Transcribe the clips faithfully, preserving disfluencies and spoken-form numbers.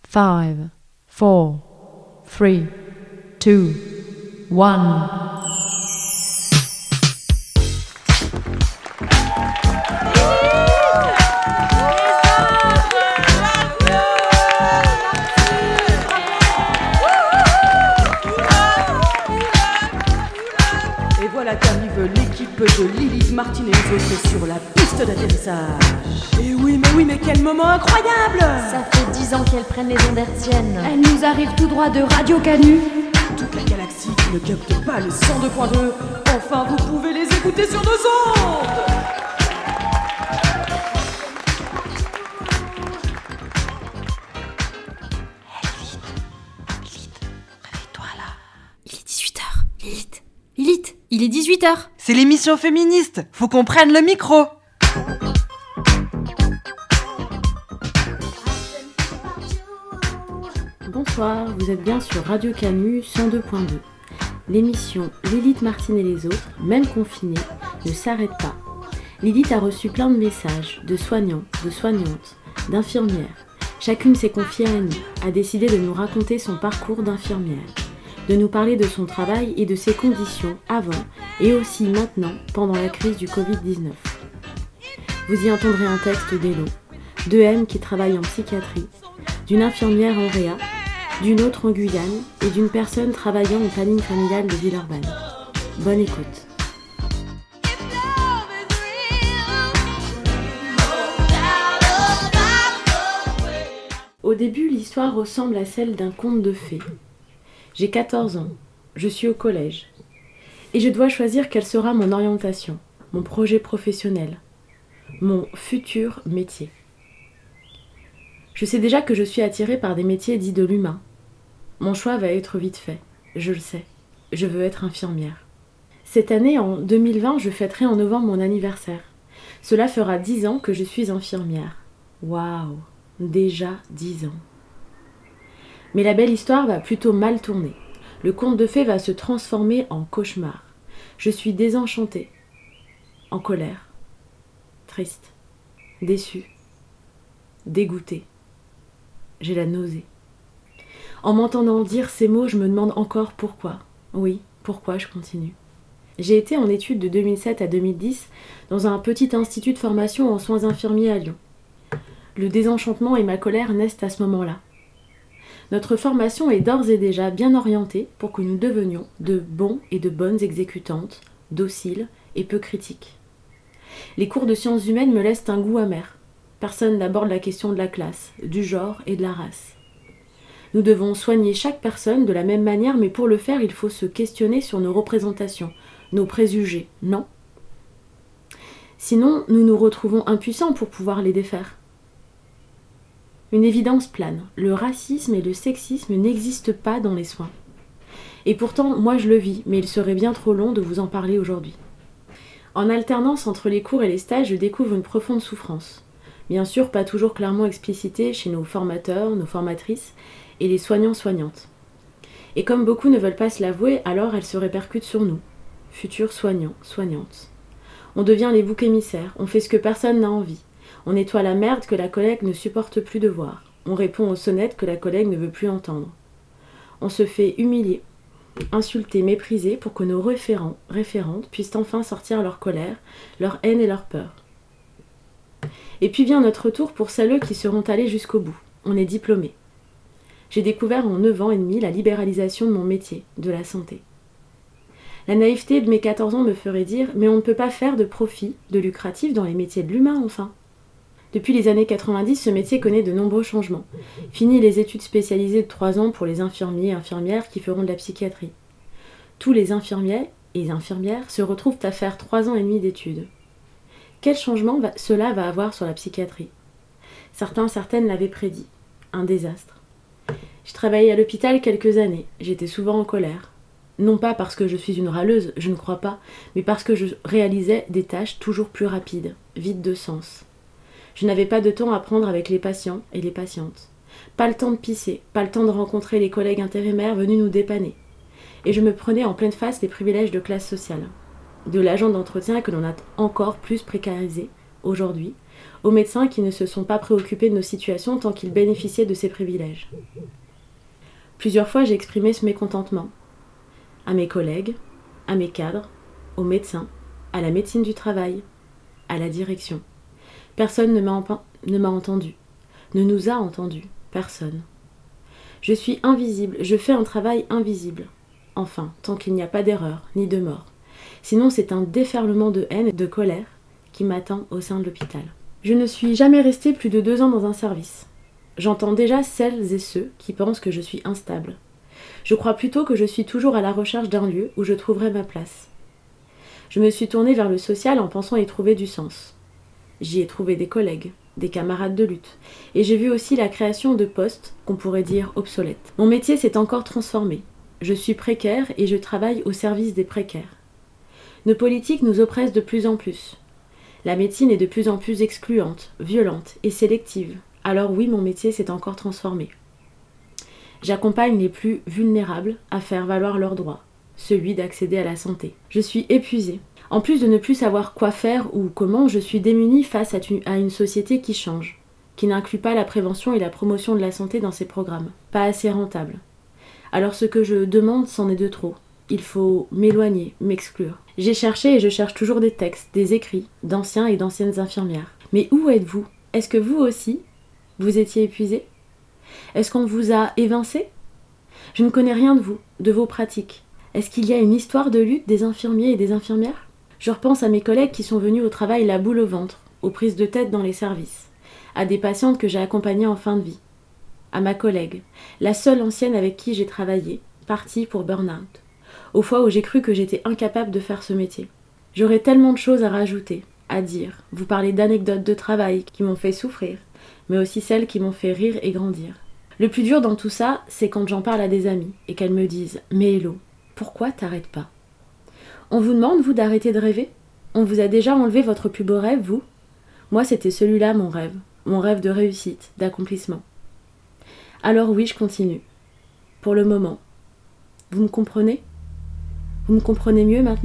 five, four, three, two, one. Et voilà qu'arrive l'équipe de Lilith Martin et les autres sur la piste d'atterrissage. Et oui, mais oui, mais quel moment incroyable! Ça fait dix ans qu'elles prennent les ondes hertziennes. Elle nous arrive tout droit de Radio Canu. Toute la galaxie qui ne capte pas le cent deux point deux. Enfin, vous pouvez les écouter sur nos ondes! Lilith, il est dix-huit heures. C'est l'émission féministe, faut qu'on prenne le micro. Bonsoir, vous êtes bien sur Radio Canu cent deux point deux. L'émission Lilith Martin et les autres, même confinés, ne s'arrête pas. Lilith a reçu plein de messages de soignants, de soignantes, d'infirmières. Chacune s'est confiée à nous, a décidé de nous raconter son parcours d'infirmière, de nous parler de son travail et de ses conditions avant et aussi maintenant pendant la crise du covid dix-neuf. Vous y entendrez un texte d'Hello, de M qui travaille en psychiatrie, d'une infirmière en réa, d'une autre en Guyane et d'une personne travaillant au planning familial de Villeurbanne. Bonne écoute. Au début, l'histoire ressemble à celle d'un conte de fées. J'ai quatorze ans, je suis au collège, et je dois choisir quelle sera mon orientation, mon projet professionnel, mon futur métier. Je sais déjà que je suis attirée par des métiers dits de l'humain. Mon choix va être vite fait, je le sais, je veux être infirmière. Cette année, en deux mille vingt, je fêterai en novembre mon anniversaire. Cela fera dix ans que je suis infirmière. Waouh, déjà dix ans. Mais la belle histoire va plutôt mal tourner. Le conte de fées va se transformer en cauchemar. Je suis désenchantée, en colère, triste, déçue, dégoûtée. J'ai la nausée. En m'entendant dire ces mots, je me demande encore pourquoi. Oui, pourquoi je continue. J'ai été en études de deux mille sept à deux mille dix dans un petit institut de formation en soins infirmiers à Lyon. Le désenchantement et ma colère naissent à ce moment-là. Notre formation est d'ores et déjà bien orientée pour que nous devenions de bons et de bonnes exécutantes, dociles et peu critiques. Les cours de sciences humaines me laissent un goût amer. Personne n'aborde la question de la classe, du genre et de la race. Nous devons soigner chaque personne de la même manière, mais pour le faire, il faut se questionner sur nos représentations, nos préjugés, non? Sinon, nous nous retrouvons impuissants pour pouvoir les défaire. Une évidence plane, le racisme et le sexisme n'existent pas dans les soins. Et pourtant, moi je le vis, mais il serait bien trop long de vous en parler aujourd'hui. En alternance entre les cours et les stages, je découvre une profonde souffrance. Bien sûr, pas toujours clairement explicitée chez nos formateurs, nos formatrices et les soignants-soignantes. Et comme beaucoup ne veulent pas se l'avouer, alors elle se répercute sur nous, futurs soignants, soignantes. On devient les boucs émissaires, on fait ce que personne n'a envie. On nettoie la merde que la collègue ne supporte plus de voir. On répond aux sonnettes que la collègue ne veut plus entendre. On se fait humilier, insulter, mépriser pour que nos référents, référentes puissent enfin sortir leur colère, leur haine et leur peur. Et puis vient notre tour pour celles qui seront allées jusqu'au bout. On est diplômés. J'ai découvert en neuf ans et demi la libéralisation de mon métier, de la santé. La naïveté de mes quatorze ans me ferait dire « mais on ne peut pas faire de profit, de lucratif dans les métiers de l'humain enfin ». Depuis les années quatre-vingt-dix, ce métier connaît de nombreux changements. Fini les études spécialisées de trois ans pour les infirmiers et infirmières qui feront de la psychiatrie. Tous les infirmiers et infirmières se retrouvent à faire trois ans et demi d'études. Quel changement va, cela va avoir sur la psychiatrie? Certains, certaines l'avaient prédit. Un désastre. J'ai travaillé à l'hôpital quelques années. J'étais souvent en colère. Non pas parce que je suis une râleuse, je ne crois pas, mais parce que je réalisais des tâches toujours plus rapides, vides de sens. Je n'avais pas de temps à prendre avec les patients et les patientes. Pas le temps de pisser, pas le temps de rencontrer les collègues intérimaires venus nous dépanner. Et je me prenais en pleine face les privilèges de classe sociale. De l'agent d'entretien que l'on a encore plus précarisé aujourd'hui, aux médecins qui ne se sont pas préoccupés de nos situations tant qu'ils bénéficiaient de ces privilèges. Plusieurs fois, j'ai exprimé ce mécontentement. À mes collègues, à mes cadres, aux médecins, à la médecine du travail, à la direction. Personne ne m'a, empa- ne m'a entendu, ne nous a entendus, personne. Je suis invisible, je fais un travail invisible. Enfin, tant qu'il n'y a pas d'erreur, ni de mort. Sinon, c'est un déferlement de haine et de colère qui m'attend au sein de l'hôpital. Je ne suis jamais restée plus de deux ans dans un service. J'entends déjà celles et ceux qui pensent que je suis instable. Je crois plutôt que je suis toujours à la recherche d'un lieu où je trouverai ma place. Je me suis tournée vers le social en pensant y trouver du sens. J'y ai trouvé des collègues, des camarades de lutte, et j'ai vu aussi la création de postes qu'on pourrait dire obsolètes. Mon métier s'est encore transformé. Je suis précaire et je travaille au service des précaires. Nos politiques nous oppressent de plus en plus. La médecine est de plus en plus excluante, violente et sélective. Alors oui, mon métier s'est encore transformé. J'accompagne les plus vulnérables à faire valoir leurs droits, celui d'accéder à la santé. Je suis épuisée. En plus de ne plus savoir quoi faire ou comment, je suis démunie face à une société qui change, qui n'inclut pas la prévention et la promotion de la santé dans ses programmes. Pas assez rentable. Alors ce que je demande, c'en est de trop. Il faut m'éloigner, m'exclure. J'ai cherché et je cherche toujours des textes, des écrits, d'anciens et d'anciennes infirmières. Mais où êtes-vous ? Est-ce que vous aussi, vous étiez épuisés ? Est-ce qu'on vous a évincé ? Je ne connais rien de vous, de vos pratiques. Est-ce qu'il y a une histoire de lutte des infirmiers et des infirmières ? Je repense à mes collègues qui sont venus au travail la boule au ventre, aux prises de tête dans les services, à des patientes que j'ai accompagnées en fin de vie, à ma collègue, la seule ancienne avec qui j'ai travaillé, partie pour burn-out, aux fois où j'ai cru que j'étais incapable de faire ce métier. J'aurais tellement de choses à rajouter, à dire, vous parler d'anecdotes de travail qui m'ont fait souffrir, mais aussi celles qui m'ont fait rire et grandir. Le plus dur dans tout ça, c'est quand j'en parle à des amis et qu'elles me disent « Mais Hello, pourquoi t'arrêtes pas ?» On vous demande, vous, d'arrêter de rêver ? On vous a déjà enlevé votre plus beau rêve, vous ? Moi, c'était celui-là, mon rêve. Mon rêve de réussite, d'accomplissement. Alors oui, je continue. Pour le moment. Vous me comprenez ? Vous me comprenez mieux maintenant ?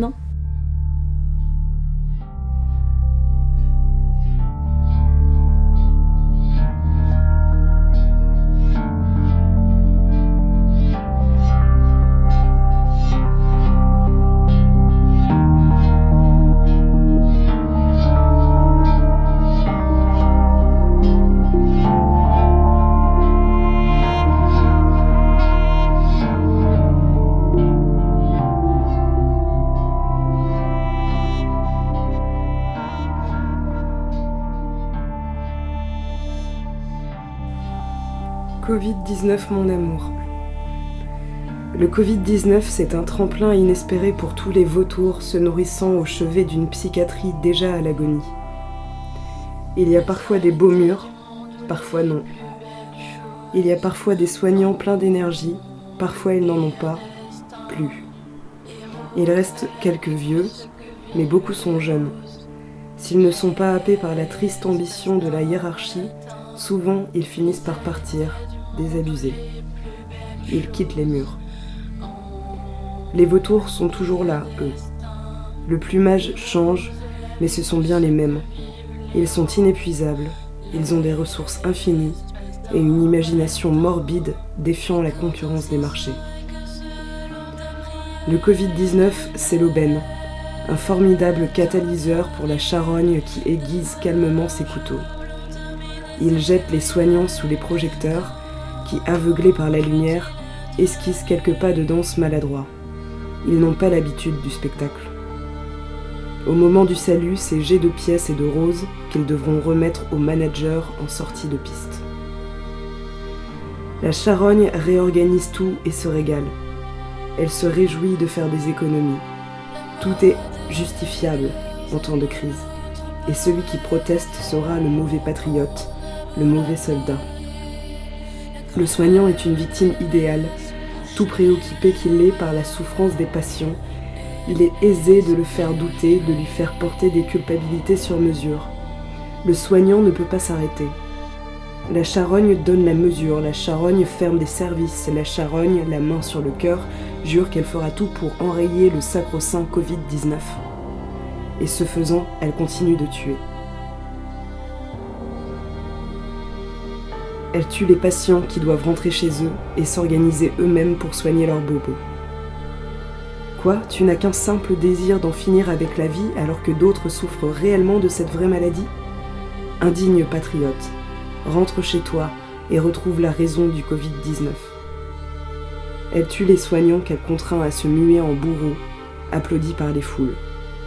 covid dix-neuf, mon amour. Le covid dix-neuf, c'est un tremplin inespéré pour tous les vautours se nourrissant au chevet d'une psychiatrie déjà à l'agonie. Il y a parfois des beaux murs, parfois non. Il y a parfois des soignants pleins d'énergie, parfois ils n'en ont pas, plus. Il reste quelques vieux, mais beaucoup sont jeunes. S'ils ne sont pas happés par la triste ambition de la hiérarchie, souvent ils finissent par partir, désabusés. Ils quittent les murs. Les vautours sont toujours là, eux. Le plumage change, mais ce sont bien les mêmes. Ils sont inépuisables, ils ont des ressources infinies et une imagination morbide défiant la concurrence des marchés. Le covid dix-neuf, c'est l'aubaine, un formidable catalyseur pour la charogne qui aiguise calmement ses couteaux. Il jette les soignants sous les projecteurs qui, aveuglés par la lumière, esquissent quelques pas de danse maladroits. Ils n'ont pas l'habitude du spectacle. Au moment du salut, c'est jets de pièces et de roses qu'ils devront remettre aux managers en sortie de piste. La charogne réorganise tout et se régale. Elle se réjouit de faire des économies. Tout est justifiable en temps de crise. Et celui qui proteste sera le mauvais patriote, le mauvais soldat. Le soignant est une victime idéale, tout préoccupé qu'il est par la souffrance des patients. Il est aisé de le faire douter, de lui faire porter des culpabilités sur mesure. Le soignant ne peut pas s'arrêter. La charogne donne la mesure, la charogne ferme des services, la charogne, la main sur le cœur, jure qu'elle fera tout pour enrayer le sacro-saint covid dix-neuf. Et ce faisant, elle continue de tuer. Elle tue les patients qui doivent rentrer chez eux et s'organiser eux-mêmes pour soigner leurs bobos. Quoi, tu n'as qu'un simple désir d'en finir avec la vie alors que d'autres souffrent réellement de cette vraie maladie ? Indigne patriote, rentre chez toi et retrouve la raison du covid dix-neuf. Elle tue les soignants qu'elle contraint à se muer en bourreaux, applaudis par les foules.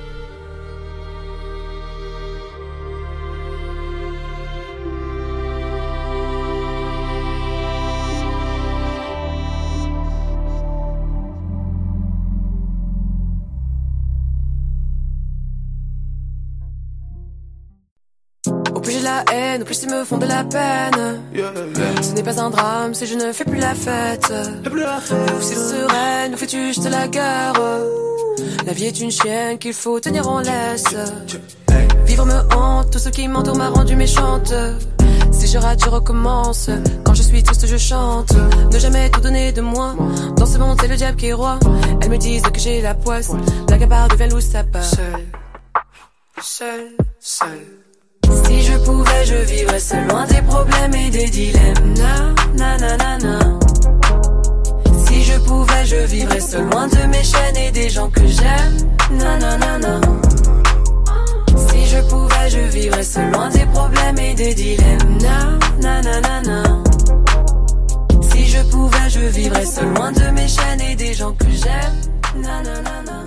Au plus j'ai de la haine, au plus ils me font de la peine. Yeah, yeah. Ce n'est pas un drame si je ne fais plus la fête. Ou si sereine, nous fais-tu jeter la guerre. La vie est une chienne qu'il faut tenir en laisse. Vivre me hante, tout ce qui m'entoure m'a rendu méchante. Si je rate, je recommence. Quand je suis triste, je chante. Ne jamais tout donner de moi. Dans ce monde, c'est le diable qui est roi. Elles me disent que j'ai la poisse. La gabarre devient loup sapin. Seul, seul, seul. Si je pouvais, je vivrais seul, loin des problèmes et des dilemmes. Na, na, na, na, na. Si je pouvais, je vivrais seul, loin de mes chaînes et des gens que j'aime. Na, na, na, na. Si je pouvais, je vivrais seul, loin des problèmes et des dilemmes. Na, na, na, na, na. Si je pouvais, je vivrais seul, loin de mes chaînes et des gens que j'aime. Na, na, na, na.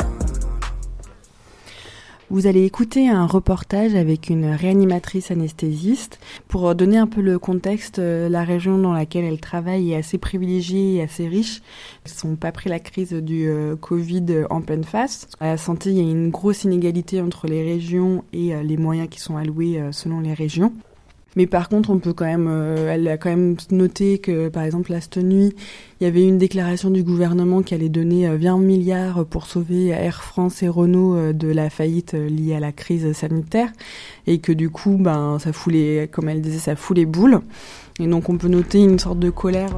Vous allez écouter un reportage avec une réanimatrice anesthésiste. Pour donner un peu le contexte, la région dans laquelle elle travaille est assez privilégiée et assez riche. Ils n'ont pas pris la crise du Covid en pleine face. À la santé, il y a une grosse inégalité entre les régions et les moyens qui sont alloués selon les régions. Mais par contre, on peut quand même, euh, elle a quand même noté que, par exemple, là, cette nuit, il y avait une déclaration du gouvernement qui allait donner vingt milliards pour sauver Air France et Renault de la faillite liée à la crise sanitaire, et que du coup, ben, ça fout les, comme elle disait, ça fout les boules. Et donc, on peut noter une sorte de colère.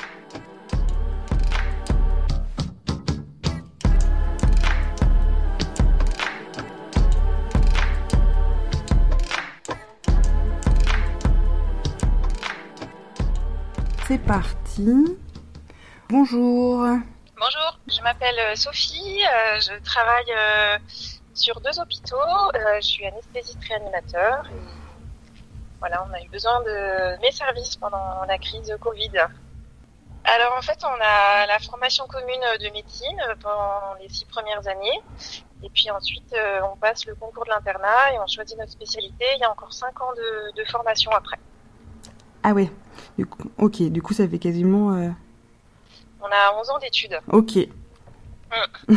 C'est parti. Bonjour. Bonjour, je m'appelle Sophie, euh, je travaille euh, sur deux hôpitaux, euh, je suis anesthésiste réanimateur. Et voilà, on a eu besoin de mes services pendant la crise Covid. Alors en fait, on a la formation commune de médecine pendant les six premières années. Et puis ensuite, euh, on passe le concours de l'internat et on choisit notre spécialité. Il y a encore cinq ans de, de formation après. Ah ouais, du coup, ok, du coup ça fait quasiment... Euh... On a onze ans d'études. Ok. Mmh.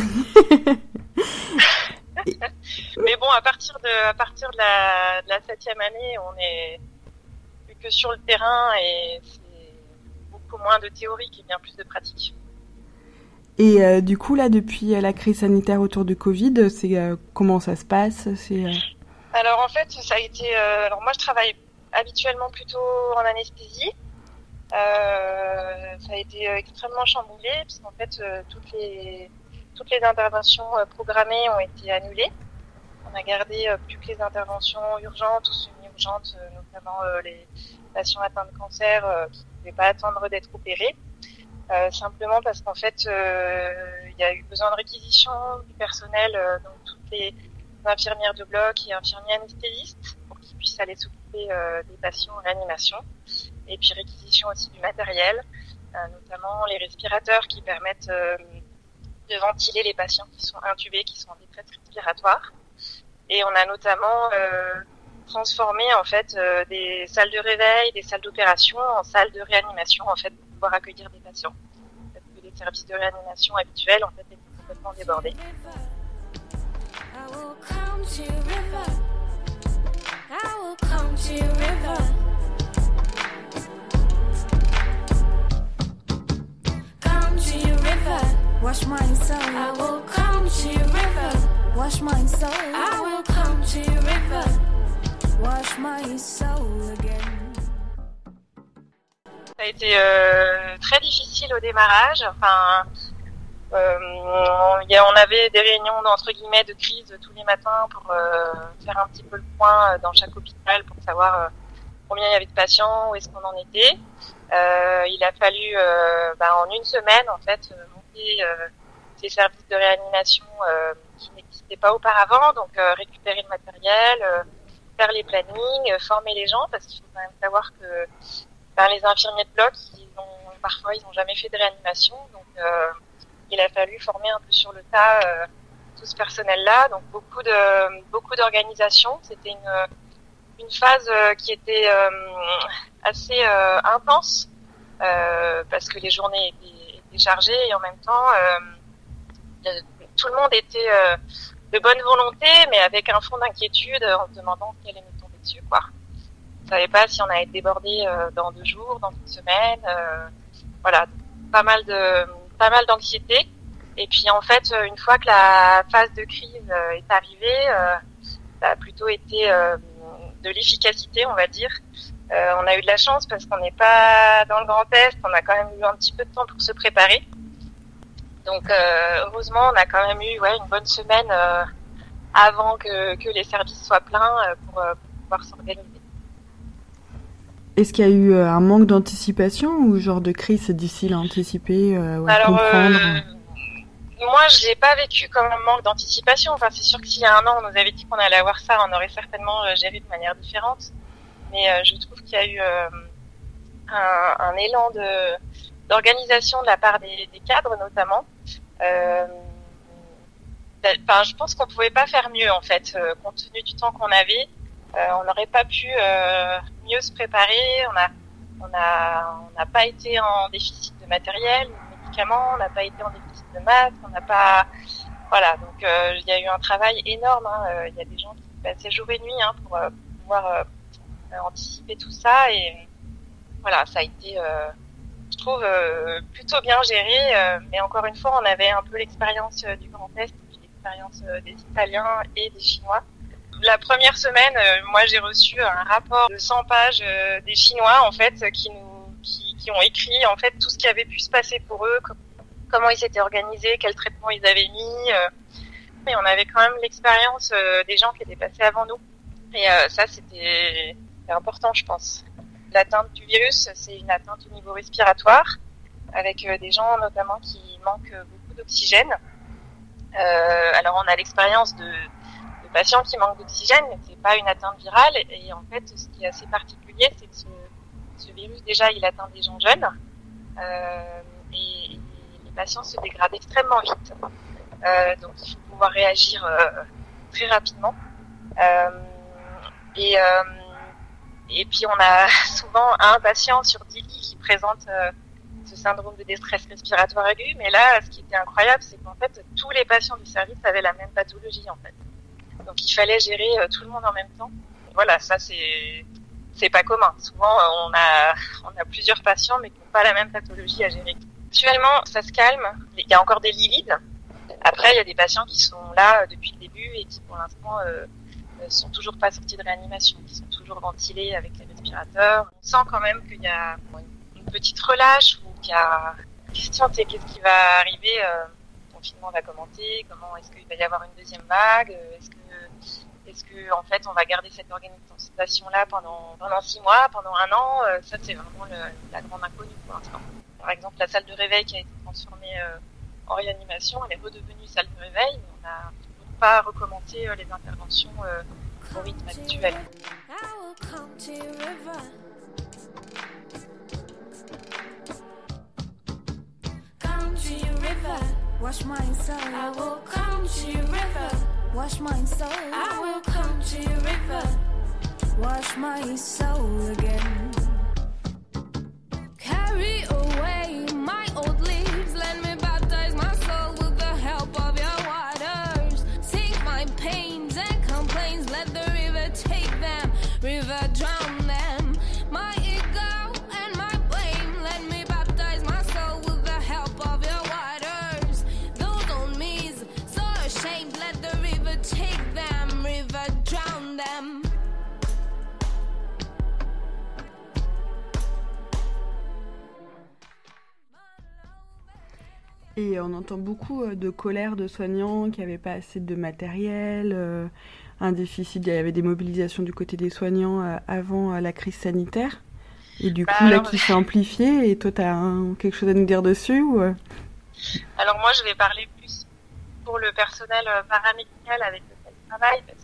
Mais bon, à partir de, à partir de la, de la septième année, on est plus que sur le terrain et c'est beaucoup moins de théorique et bien plus de pratique. Et euh, du coup, là, depuis la crise sanitaire autour du Covid, c'est euh, comment ça se passe c'est, euh... Alors en fait, ça a été... Euh, alors moi, je travaille habituellement plutôt en anesthésie. Euh, ça a été extrêmement chamboulé puisqu'en fait euh, toutes les toutes les interventions euh, programmées ont été annulées. On a gardé euh, plus que les interventions urgentes ou semi-urgentes, euh, notamment euh, les patients atteints de cancer euh, qui ne pouvaient pas attendre d'être opérés. Euh, simplement parce qu'en fait euh, il y a eu besoin de réquisition du personnel, euh, donc toutes les infirmières de bloc et infirmiers anesthésistes pour qu'ils puissent aller s'occuper euh, des patients en réanimation. Et puis réquisition aussi du matériel, euh, notamment les respirateurs qui permettent euh, de ventiler les patients qui sont intubés, qui sont en détresse respiratoire. Et on a notamment euh, transformé en fait euh, des salles de réveil, des salles d'opération en salles de réanimation en fait pour pouvoir accueillir des patients. Parce que les services de réanimation habituels en fait étaient complètement débordés. I will come to your river. I will come to your river. Wash my soul. I will come to your river. Wash my soul. I will come to your river. Wash my soul again. Ça a été euh, très difficile au démarrage. Enfin, euh, on avait des réunions entre guillemets de crise tous les matins pour euh, faire un petit peu le point dans chaque hôpital pour savoir euh, combien il y avait de patients, où est-ce qu'on en était. Euh, il a fallu, euh, bah, en une semaine, en fait, monter euh, ces services de réanimation euh, qui n'existaient pas auparavant, donc euh, récupérer le matériel, euh, faire les plannings, euh, former les gens, parce qu'il faut quand même savoir que ben, les infirmiers de bloc, ils ont, parfois, ils n'ont jamais fait de réanimation, donc euh, il a fallu former un peu sur le tas euh, tout ce personnel-là, donc beaucoup de beaucoup d'organisation. C'était une une phase euh, qui était euh, assez euh, intense euh, parce que les journées étaient, étaient chargées et en même temps euh, tout le monde était euh, de bonne volonté, mais avec un fond d'inquiétude en se demandant ce qui allait nous tomber dessus, quoi. On savait pas si on allait être débordé euh, dans deux jours, dans une semaine, euh, voilà, pas mal de pas mal d'anxiété. Et puis en fait, une fois que la phase de crise euh, est arrivée, euh, ça a plutôt été euh, de l'efficacité, on va dire. Euh, on a eu de la chance parce qu'on n'est pas dans le Grand Est, on a quand même eu un petit peu de temps pour se préparer. Donc euh, heureusement, on a quand même eu ouais, une bonne semaine euh, avant que, que les services soient pleins euh, pour, euh, pour pouvoir s'organiser. Est-ce qu'il y a eu un manque d'anticipation ou genre de crise c'est difficile à anticiper euh, ou à Alors, comprendre euh, moi, je l'ai pas vécu comme un manque d'anticipation. Enfin, c'est sûr que s'il y a un an, on nous avait dit qu'on allait avoir ça, on aurait certainement euh, géré de manière différente. Mais euh, je trouve qu'il y a eu euh, un, un élan de d'organisation de la part des, des cadres, notamment. Euh, enfin, je pense qu'on pouvait pas faire mieux, en fait, euh, compte tenu du temps qu'on avait. Euh, on n'aurait pas pu euh, mieux se préparer. On a, on a, on n'a pas été en déficit de matériel, de médicaments. On n'a pas été en déficit de masques. On n'a pas, voilà. Donc, euh, il y a eu un travail énorme. Hein. Euh, il y a des gens qui passaient jour et nuit hein, pour, euh, pour pouvoir euh, anticiper tout ça. Et voilà, ça a été, euh, je trouve, euh, plutôt bien géré. Euh, mais encore une fois, on avait un peu l'expérience euh, du Grand Est, puis l'expérience euh, des Italiens et des Chinois. La première semaine, euh, moi j'ai reçu un rapport de cent pages euh, des Chinois en fait qui nous qui, qui ont écrit en fait tout ce qui avait pu se passer pour eux, com- comment ils s'étaient organisés, quel traitement ils avaient mis. Euh, et on avait quand même l'expérience euh, des gens qui étaient passés avant nous. Et euh, ça c'était, c'était important, je pense. L'atteinte du virus, c'est une atteinte au niveau respiratoire, avec euh, des gens notamment qui manquent beaucoup d'oxygène. Euh, alors on a l'expérience de patients qui manquent d'oxygène, mais c'est pas une atteinte virale. Et en fait, ce qui est assez particulier, c'est que ce, ce virus, déjà, il atteint des gens jeunes. Euh, et, et les patients se dégradent extrêmement vite. Euh, donc, il faut pouvoir réagir euh, très rapidement. Euh, et, euh, et puis, on a souvent un patient sur dix lits qui présente euh, ce syndrome de détresse respiratoire aiguë. Mais là, ce qui était incroyable, c'est qu'en fait, tous les patients du service avaient la même pathologie, en fait. Donc il fallait gérer euh, tout le monde en même temps. Et voilà, ça c'est c'est pas commun. Souvent euh, on a on a plusieurs patients mais qui n'ont pas la même pathologie à gérer. Actuellement, ça se calme. Il y a encore des lits vides. Après, il y a des patients qui sont là euh, depuis le début et qui pour l'instant euh, euh, sont toujours pas sortis de réanimation, qui sont toujours ventilés avec les respirateurs. On sent quand même qu'il y a une, une petite relâche ou qu'il y a la question, c'est qu'est-ce qui va arriver. Euh, le confinement va commencer. Comment est-ce qu'il va y avoir une deuxième vague? Est-ce que Est-ce que en fait on va garder cette organisation-là pendant pendant six mois, pendant un an? euh, Ça c'est vraiment le, la grande inconnue pour l'instant. Par exemple, la salle de réveil qui a été transformée euh, en réanimation, elle est redevenue salle de réveil, mais on n'a toujours pas recommencé euh, les interventions euh, au rythme habituel. Wash my soul. I will come to your river. Wash my soul. I will come to your river. Wash my soul again. Carry away my old leaves. Let me baptize my soul with the help of your waters. Sink my pains and complaints. Let the river take them. River drown them. My ego and my blame. Let me baptize my soul with the help of your waters. Those old me's so ashamed. Let the river take them. River drown them. Et on entend beaucoup de colère de soignants qui n'avaient pas assez de matériel, euh, un déficit, il y avait des mobilisations du côté des soignants euh, avant euh, la crise sanitaire. Et du bah, coup, alors, là, qui s'est amplifié. Et toi, tu as quelque chose à nous dire dessus ou... Alors moi, je vais parler plus pour le personnel paramédical avec lequel je travaille, parce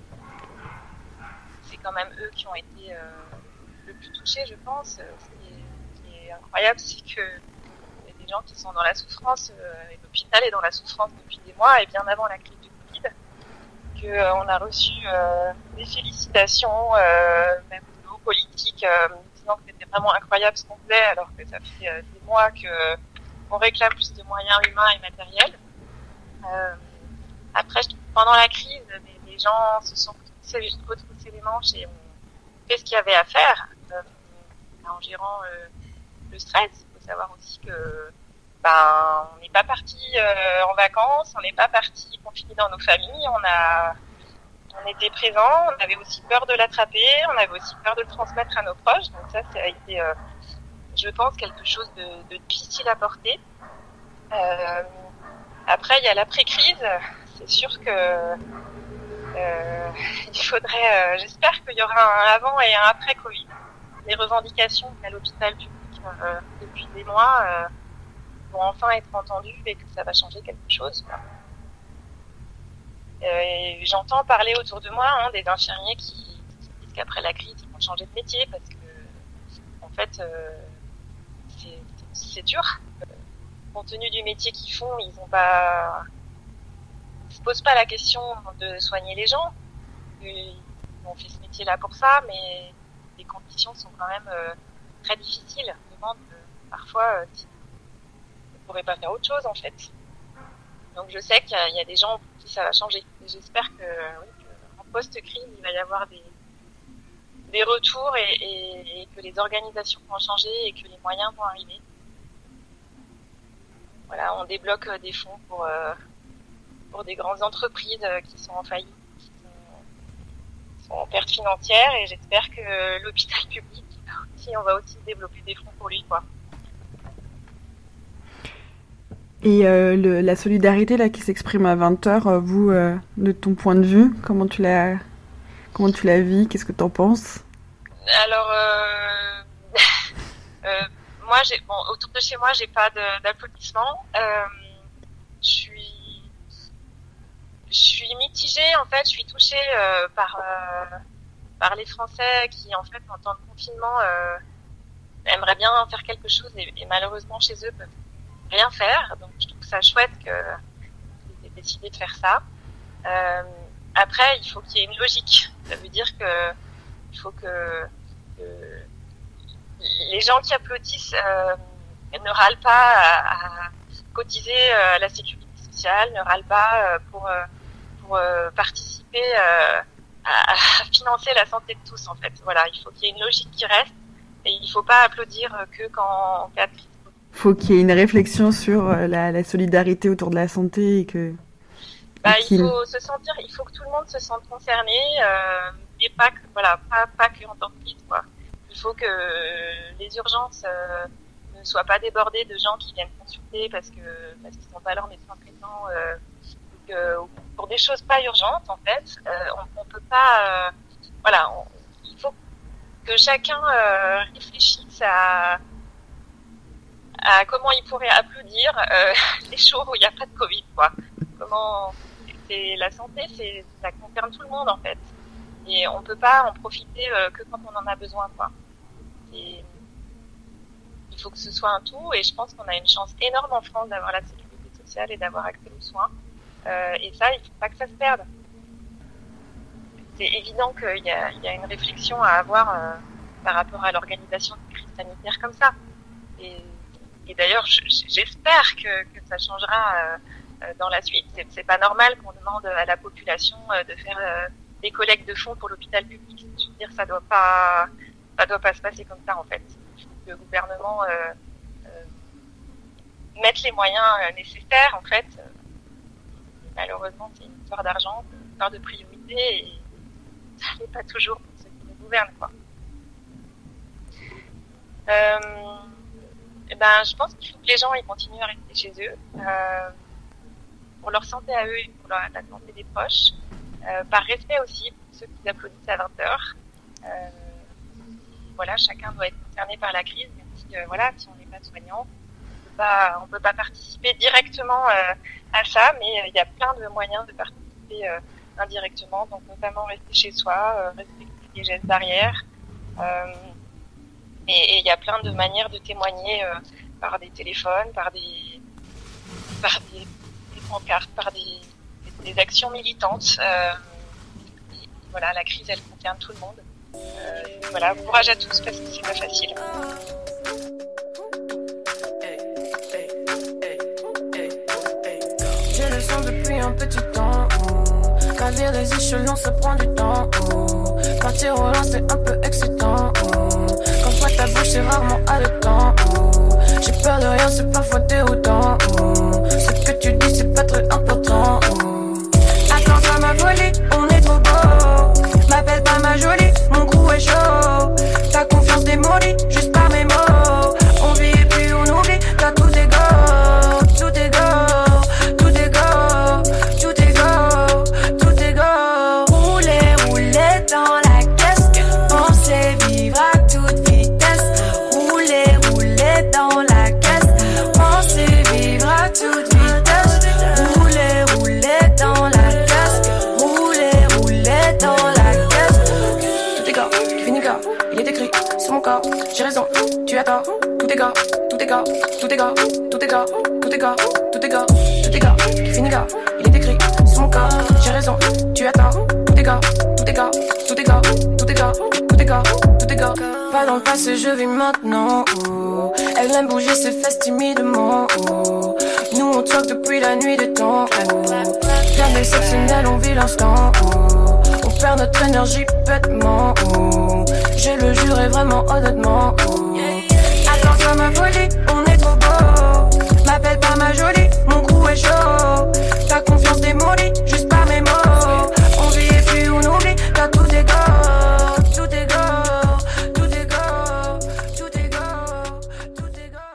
que c'est quand même eux qui ont été euh, le plus touchés, je pense. Ce qui est, ce qui est incroyable, c'est que y a des gens qui sont dans la souffrance, euh, et l'hôpital est dans la souffrance depuis des mois, et bien avant la crise du Covid, qu'on euh, a reçu euh, des félicitations, euh, même au niveau politique, euh, disant que c'était vraiment incroyable ce qu'on faisait, alors que ça fait euh, des mois que on réclame plus de moyens humains et matériels. Euh, après, je trouve que pendant la crise, les, les gens se sont retroussés les manches et ont fait ce qu'il y avait à faire, euh, en gérant euh, le stress. Il faut savoir aussi que ben, on n'est pas parti euh, en vacances, on n'est pas parti confiné dans nos familles, on a on était présents, on avait aussi peur de l'attraper, on avait aussi peur de le transmettre à nos proches. Donc ça, ça a été, euh, je pense, quelque chose de, de difficile à porter. Euh, après, il y a l'après-crise. C'est sûr que euh, il faudrait, euh, j'espère qu'il y aura un avant et un après Covid. Les revendications à l'hôpital public euh, depuis des mois euh, vont enfin être entendues et que ça va changer quelque chose, quoi. Euh, et j'entends parler autour de moi hein, des infirmiers qui, qui disent qu'après la crise, ils vont changer de métier parce que, en fait, euh, c'est, c'est dur. Euh, compte tenu du métier qu'ils font, ils ont pas, ils se posent pas la question de soigner les gens. Ils ont fait ce métier-là pour ça, mais les conditions sont quand même euh, très difficiles. On se demande euh, parfois euh, si on ne pourrait pas faire autre chose, en fait. Donc je sais qu'il y a, il y a des gens pour qui ça va changer. Et j'espère que, oui, que en post-crise, il va y avoir des, des retours et, et, et que les organisations vont changer et que les moyens vont arriver. Voilà, on débloque des fonds pour, euh, pour des grandes entreprises qui sont en faillite, qui sont, qui sont en perte financière, et j'espère que l'hôpital public aussi, on va aussi développer des fonds pour lui, quoi. Et euh, le, la solidarité là qui s'exprime à vingt heures, euh, vous, euh, de ton point de vue, comment tu la, comment tu la vis, qu'est-ce que t'en penses? Alors, euh, euh, moi, j'ai, bon, autour de chez moi, j'ai pas de, d'applaudissements. Euh, je suis, je suis mitigée, en fait, je suis touchée euh, par, euh, par les Français qui, en fait, en temps de confinement, euh, aimeraient bien faire quelque chose et, et malheureusement chez eux peuvent rien faire. Donc, je trouve ça chouette qu'ils aient décidé de faire ça. Euh, après, il faut qu'il y ait une logique. Ça veut dire que il faut que, que les gens qui applaudissent euh, ne râlent pas à, à cotiser à la sécurité sociale, ne râlent pas pour, pour participer à, à financer la santé de tous, en fait. Voilà, il faut qu'il y ait une logique qui reste et il ne faut pas applaudir que quand en cas de crise. Faut qu'il y ait une réflexion sur la, la solidarité autour de la santé et que. Bah, et il faut se sentir, il faut que tout le monde se sente concerné, euh, et pas que, voilà, pas, pas que en temps de crise, quoi. Il faut que les urgences euh, ne soient pas débordées de gens qui viennent consulter parce que parce qu'ils sont pas leurs médecins traitants, euh, que, pour des choses pas urgentes, en fait. Euh, on, on peut pas, euh, voilà, on, il faut que chacun euh, réfléchisse à à comment il pourrait applaudir euh, les jours où il n'y a pas de Covid, quoi. Comment c'est la santé, c'est ça concerne tout le monde, en fait, et on peut pas en profiter euh, que quand on en a besoin, quoi. Et il faut que ce soit un tout, et je pense qu'on a une chance énorme en France d'avoir la sécurité sociale et d'avoir accès aux soins, euh, et ça, il faut pas que ça se perde. C'est évident qu'il y a, il y a une réflexion à avoir euh, par rapport à l'organisation de crise sanitaire comme ça. Et Et d'ailleurs, j'espère que, que ça changera euh, dans la suite. C'est, c'est pas normal qu'on demande à la population euh, de faire euh, des collectes de fonds pour l'hôpital public. Je veux dire, ça doit pas, ça doit pas se passer comme ça, en fait. Il faut que le gouvernement euh, euh, mette les moyens euh, nécessaires, en fait. Et malheureusement, c'est une histoire d'argent, une histoire de priorité, et ça n'est pas toujours pour ceux qui nous gouvernent, quoi. Euh, Eh ben, je pense qu'il faut que les gens ils continuent à rester chez eux, euh, pour leur santé à eux et pour leur, la santé des proches. euh, par respect aussi pour ceux qui applaudissent à vingt heures. Euh, voilà, chacun doit être concerné par la crise, même si, euh, voilà, si on n'est pas soignant, on peut pas, on peut pas participer directement euh, à ça, mais il euh, y a plein de moyens de participer euh, indirectement, donc notamment rester chez soi, euh, respecter les gestes barrières, euh, et il y a plein de manières de témoigner euh, par des téléphones, par des, par des, des pancartes, par des, des, des actions militantes. Euh, et voilà, la crise, elle concerne tout le monde. Euh, voilà, courage à tous parce que c'est pas facile. J'ai le son depuis un petit temps. Gravir les échelons, ça prend du temps. Partir au loin, c'est un peu excitant. Quand je vois ta bouche, c'est rarement haletant. J'ai peur de rien, c'est parfois déroutant. Ce que tu dis, c'est pas très important. Attends, ça ma folie, on est trop beau. M'appelle pas ma jolie, mon crew est chaud. Ta confiance démolie, juste par mes mots. On vit et puis on oublie, t'as tout est go. Tout est go, tout est go. Tout est go, tout est go. Rouler, rouler dans la caisse. Penser vivre à toute vitesse. Rouler, rouler dans la caisse. Penser vivre à toute vitesse. Rouler, rouler dans la caisse. Rouler, rouler dans la caisse. Tout est go, qui finit go. Il est écrit sur mon corps. J'ai raison, tu as tort. Tout est go, tout est go, tout est go, tout est go, tout est go, tout est go, tout est go, qui finit go. Il est écrit sur mon corps. J'ai raison, tu as tort. Tout est go, tout est go, tout est go, tout est go, tout est go, tout est go. Pas dans le passé, je vis maintenant. Oh. Elle aime bouger ses fesses timidement. Oh. Nous on choque depuis la nuit des temps. Oh. Bien exceptionnel, on vit l'instant. Oh. On perd notre énergie bêtement. Oh. Je le jurerai vraiment honnêtement. Oh. Attends, ça ma folie, on est trop beau. M'appelle pas ma jolie, mon crew est chaud. Ta confiance démolie, juste par mes mots. On vit et puis on oublie, t'as tout est go. Tout est go, tout est go, tout est go, tout est go.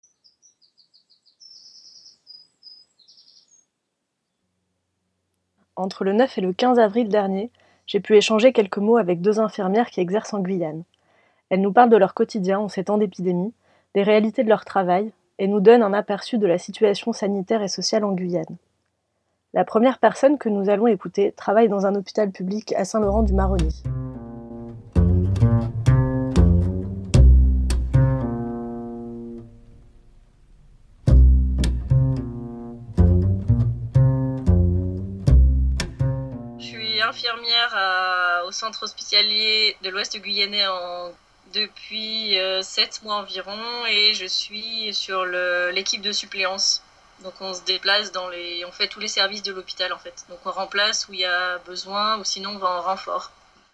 Entre le neuf et le quinze avril dernier, j'ai pu échanger quelques mots avec deux infirmières qui exercent en Guyane. Elles nous parlent de leur quotidien en ces temps d'épidémie, des réalités de leur travail, et nous donnent un aperçu de la situation sanitaire et sociale en Guyane. La première personne que nous allons écouter travaille dans un hôpital public à Saint-Laurent-du-Maroni. Je suis infirmière à, au centre hospitalier de l'Ouest guyanais en, depuis euh, sept mois environ et je suis sur le, l'équipe de suppléance. Donc on se déplace dans les, on fait tous les services de l'hôpital en fait. Donc on remplace où il y a besoin ou sinon on va en renfort.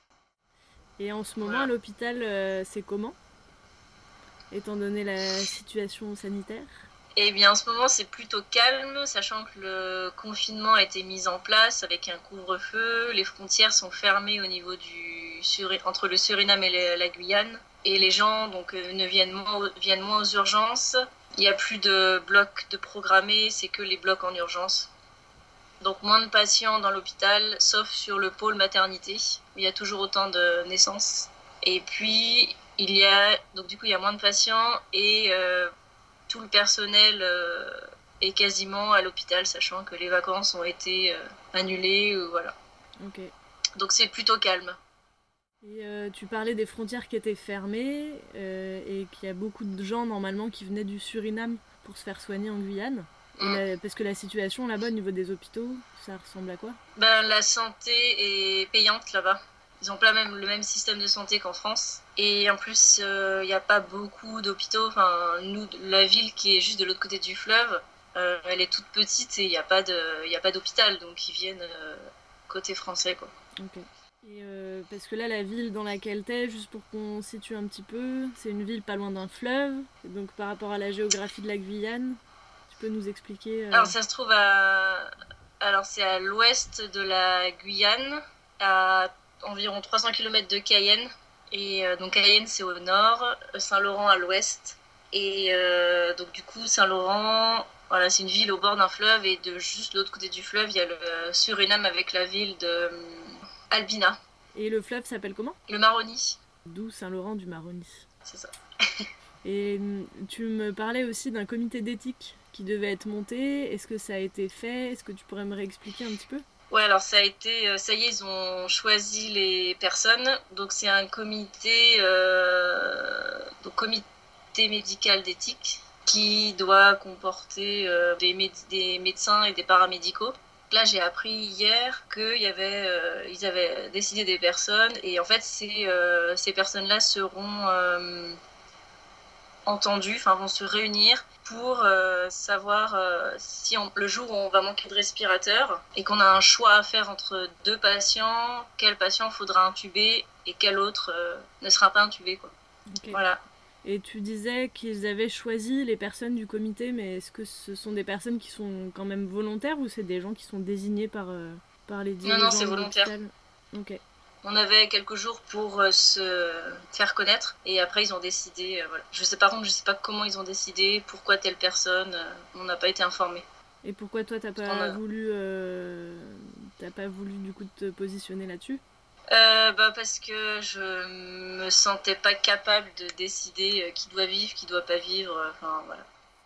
Et en ce moment Voilà. à l'hôpital, euh, c'est comment ? Étant donné la situation sanitaire ? Eh bien en ce moment c'est plutôt calme, sachant que le confinement a été mis en place avec un couvre-feu. Les frontières sont fermées au niveau du Suri- entre le Suriname et le- la Guyane. Et les gens donc, euh, ne viennent moins, viennent moins aux urgences. Il n'y a plus de blocs de programmés, c'est que les blocs en urgence. Donc moins de patients dans l'hôpital, sauf sur le pôle maternité, où il y a toujours autant de naissances. Et puis, il y a, donc du coup, il y a moins de patients et euh, tout le personnel euh, est quasiment à l'hôpital, sachant que les vacances ont été euh, annulées. Euh, voilà. Ok. Donc c'est plutôt calme. Et euh, tu parlais des frontières qui étaient fermées euh, et qu'il y a beaucoup de gens normalement qui venaient du Suriname pour se faire soigner en Guyane. Et Mm. la- parce que la situation là-bas au niveau des hôpitaux, ça ressemble à quoi ? Ben, la santé est payante là-bas. Ils n'ont pas même, le même système de santé qu'en France. Et en plus, il euh, n'y a pas beaucoup d'hôpitaux. Enfin, nous, la ville qui est juste de l'autre côté du fleuve, euh, elle est toute petite et il n'y a pas de, il y a pas d'hôpital. Donc ils viennent euh, côté français, quoi. Ok. Et euh, parce que là, la ville dans laquelle t'es, juste pour qu'on situe un petit peu, c'est une ville pas loin d'un fleuve. Et donc par rapport à la géographie de la Guyane, tu peux nous expliquer euh... Alors ça se trouve à, alors c'est à l'ouest de la Guyane, à environ trois cents kilomètres de Cayenne. Et euh, donc Cayenne c'est au nord, Saint-Laurent à l'ouest. Et euh, donc du coup, Saint-Laurent, voilà, c'est une ville au bord d'un fleuve, et de juste de l'autre côté du fleuve, il y a le Suriname avec la ville de um, Albina. Et le fleuve s'appelle comment ? Le Maroni. D'où Saint-Laurent du Maroni. C'est ça. Et tu me parlais aussi d'un comité d'éthique qui devait être monté. Est-ce que ça a été fait ? Est-ce que tu pourrais me réexpliquer un petit peu ? Ouais, alors ça a été, ça y est, ils ont choisi les personnes. Donc c'est un comité, euh, donc comité médical d'éthique qui doit comporter euh, des, méde- des médecins et des paramédicaux. Là, j'ai appris hier qu'ils euh, avaient décidé des personnes, et en fait, ces, euh, ces personnes-là seront euh, entendues, enfin vont se réunir pour euh, savoir euh, si on, le jour où on va manquer de respirateurs et qu'on a un choix à faire entre deux patients, quel patient faudra intuber et quel autre euh, ne sera pas intubé, quoi. Okay. Voilà. Et tu disais qu'ils avaient choisi les personnes du comité, mais est-ce que ce sont des personnes qui sont quand même volontaires ou c'est des gens qui sont désignés par, euh, par les dirigeants ? Non, non, c'est volontaire. Ok. On avait quelques jours pour euh, se faire connaître, et après ils ont décidé, euh, voilà. Je sais, par contre, je sais pas comment ils ont décidé, pourquoi telle personne, euh, on n'a pas été informés. Et pourquoi toi t'as pas a... voulu, euh, t'as pas voulu du coup te positionner là-dessus ? Euh, bah parce que je me sentais pas capable de décider euh, qui doit vivre, qui doit pas vivre, euh, enfin voilà.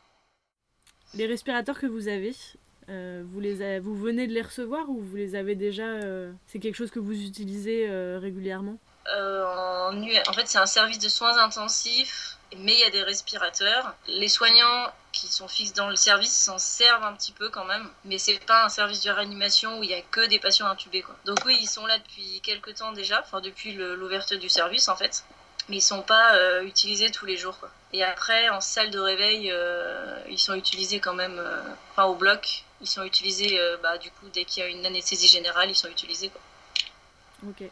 Les respirateurs que vous avez, euh, vous, les a... vous venez de les recevoir ou vous les avez déjà euh... C'est quelque chose que vous utilisez euh, régulièrement ? euh, en... en fait, c'est un service de soins intensifs, mais il y a des respirateurs. Les soignants qui sont fixes dans le service s'en servent un petit peu quand même, mais c'est pas un service de réanimation où il y a que des patients intubés, quoi. Donc oui, ils sont là depuis quelques temps déjà, enfin depuis le, l'ouverture du service en fait, mais ils sont pas euh, utilisés tous les jours, quoi. Et après, en salle de réveil, euh, ils sont utilisés quand même, euh, enfin au bloc, ils sont utilisés, euh, bah du coup, dès qu'il y a une anesthésie générale, ils sont utilisés, quoi. Ok.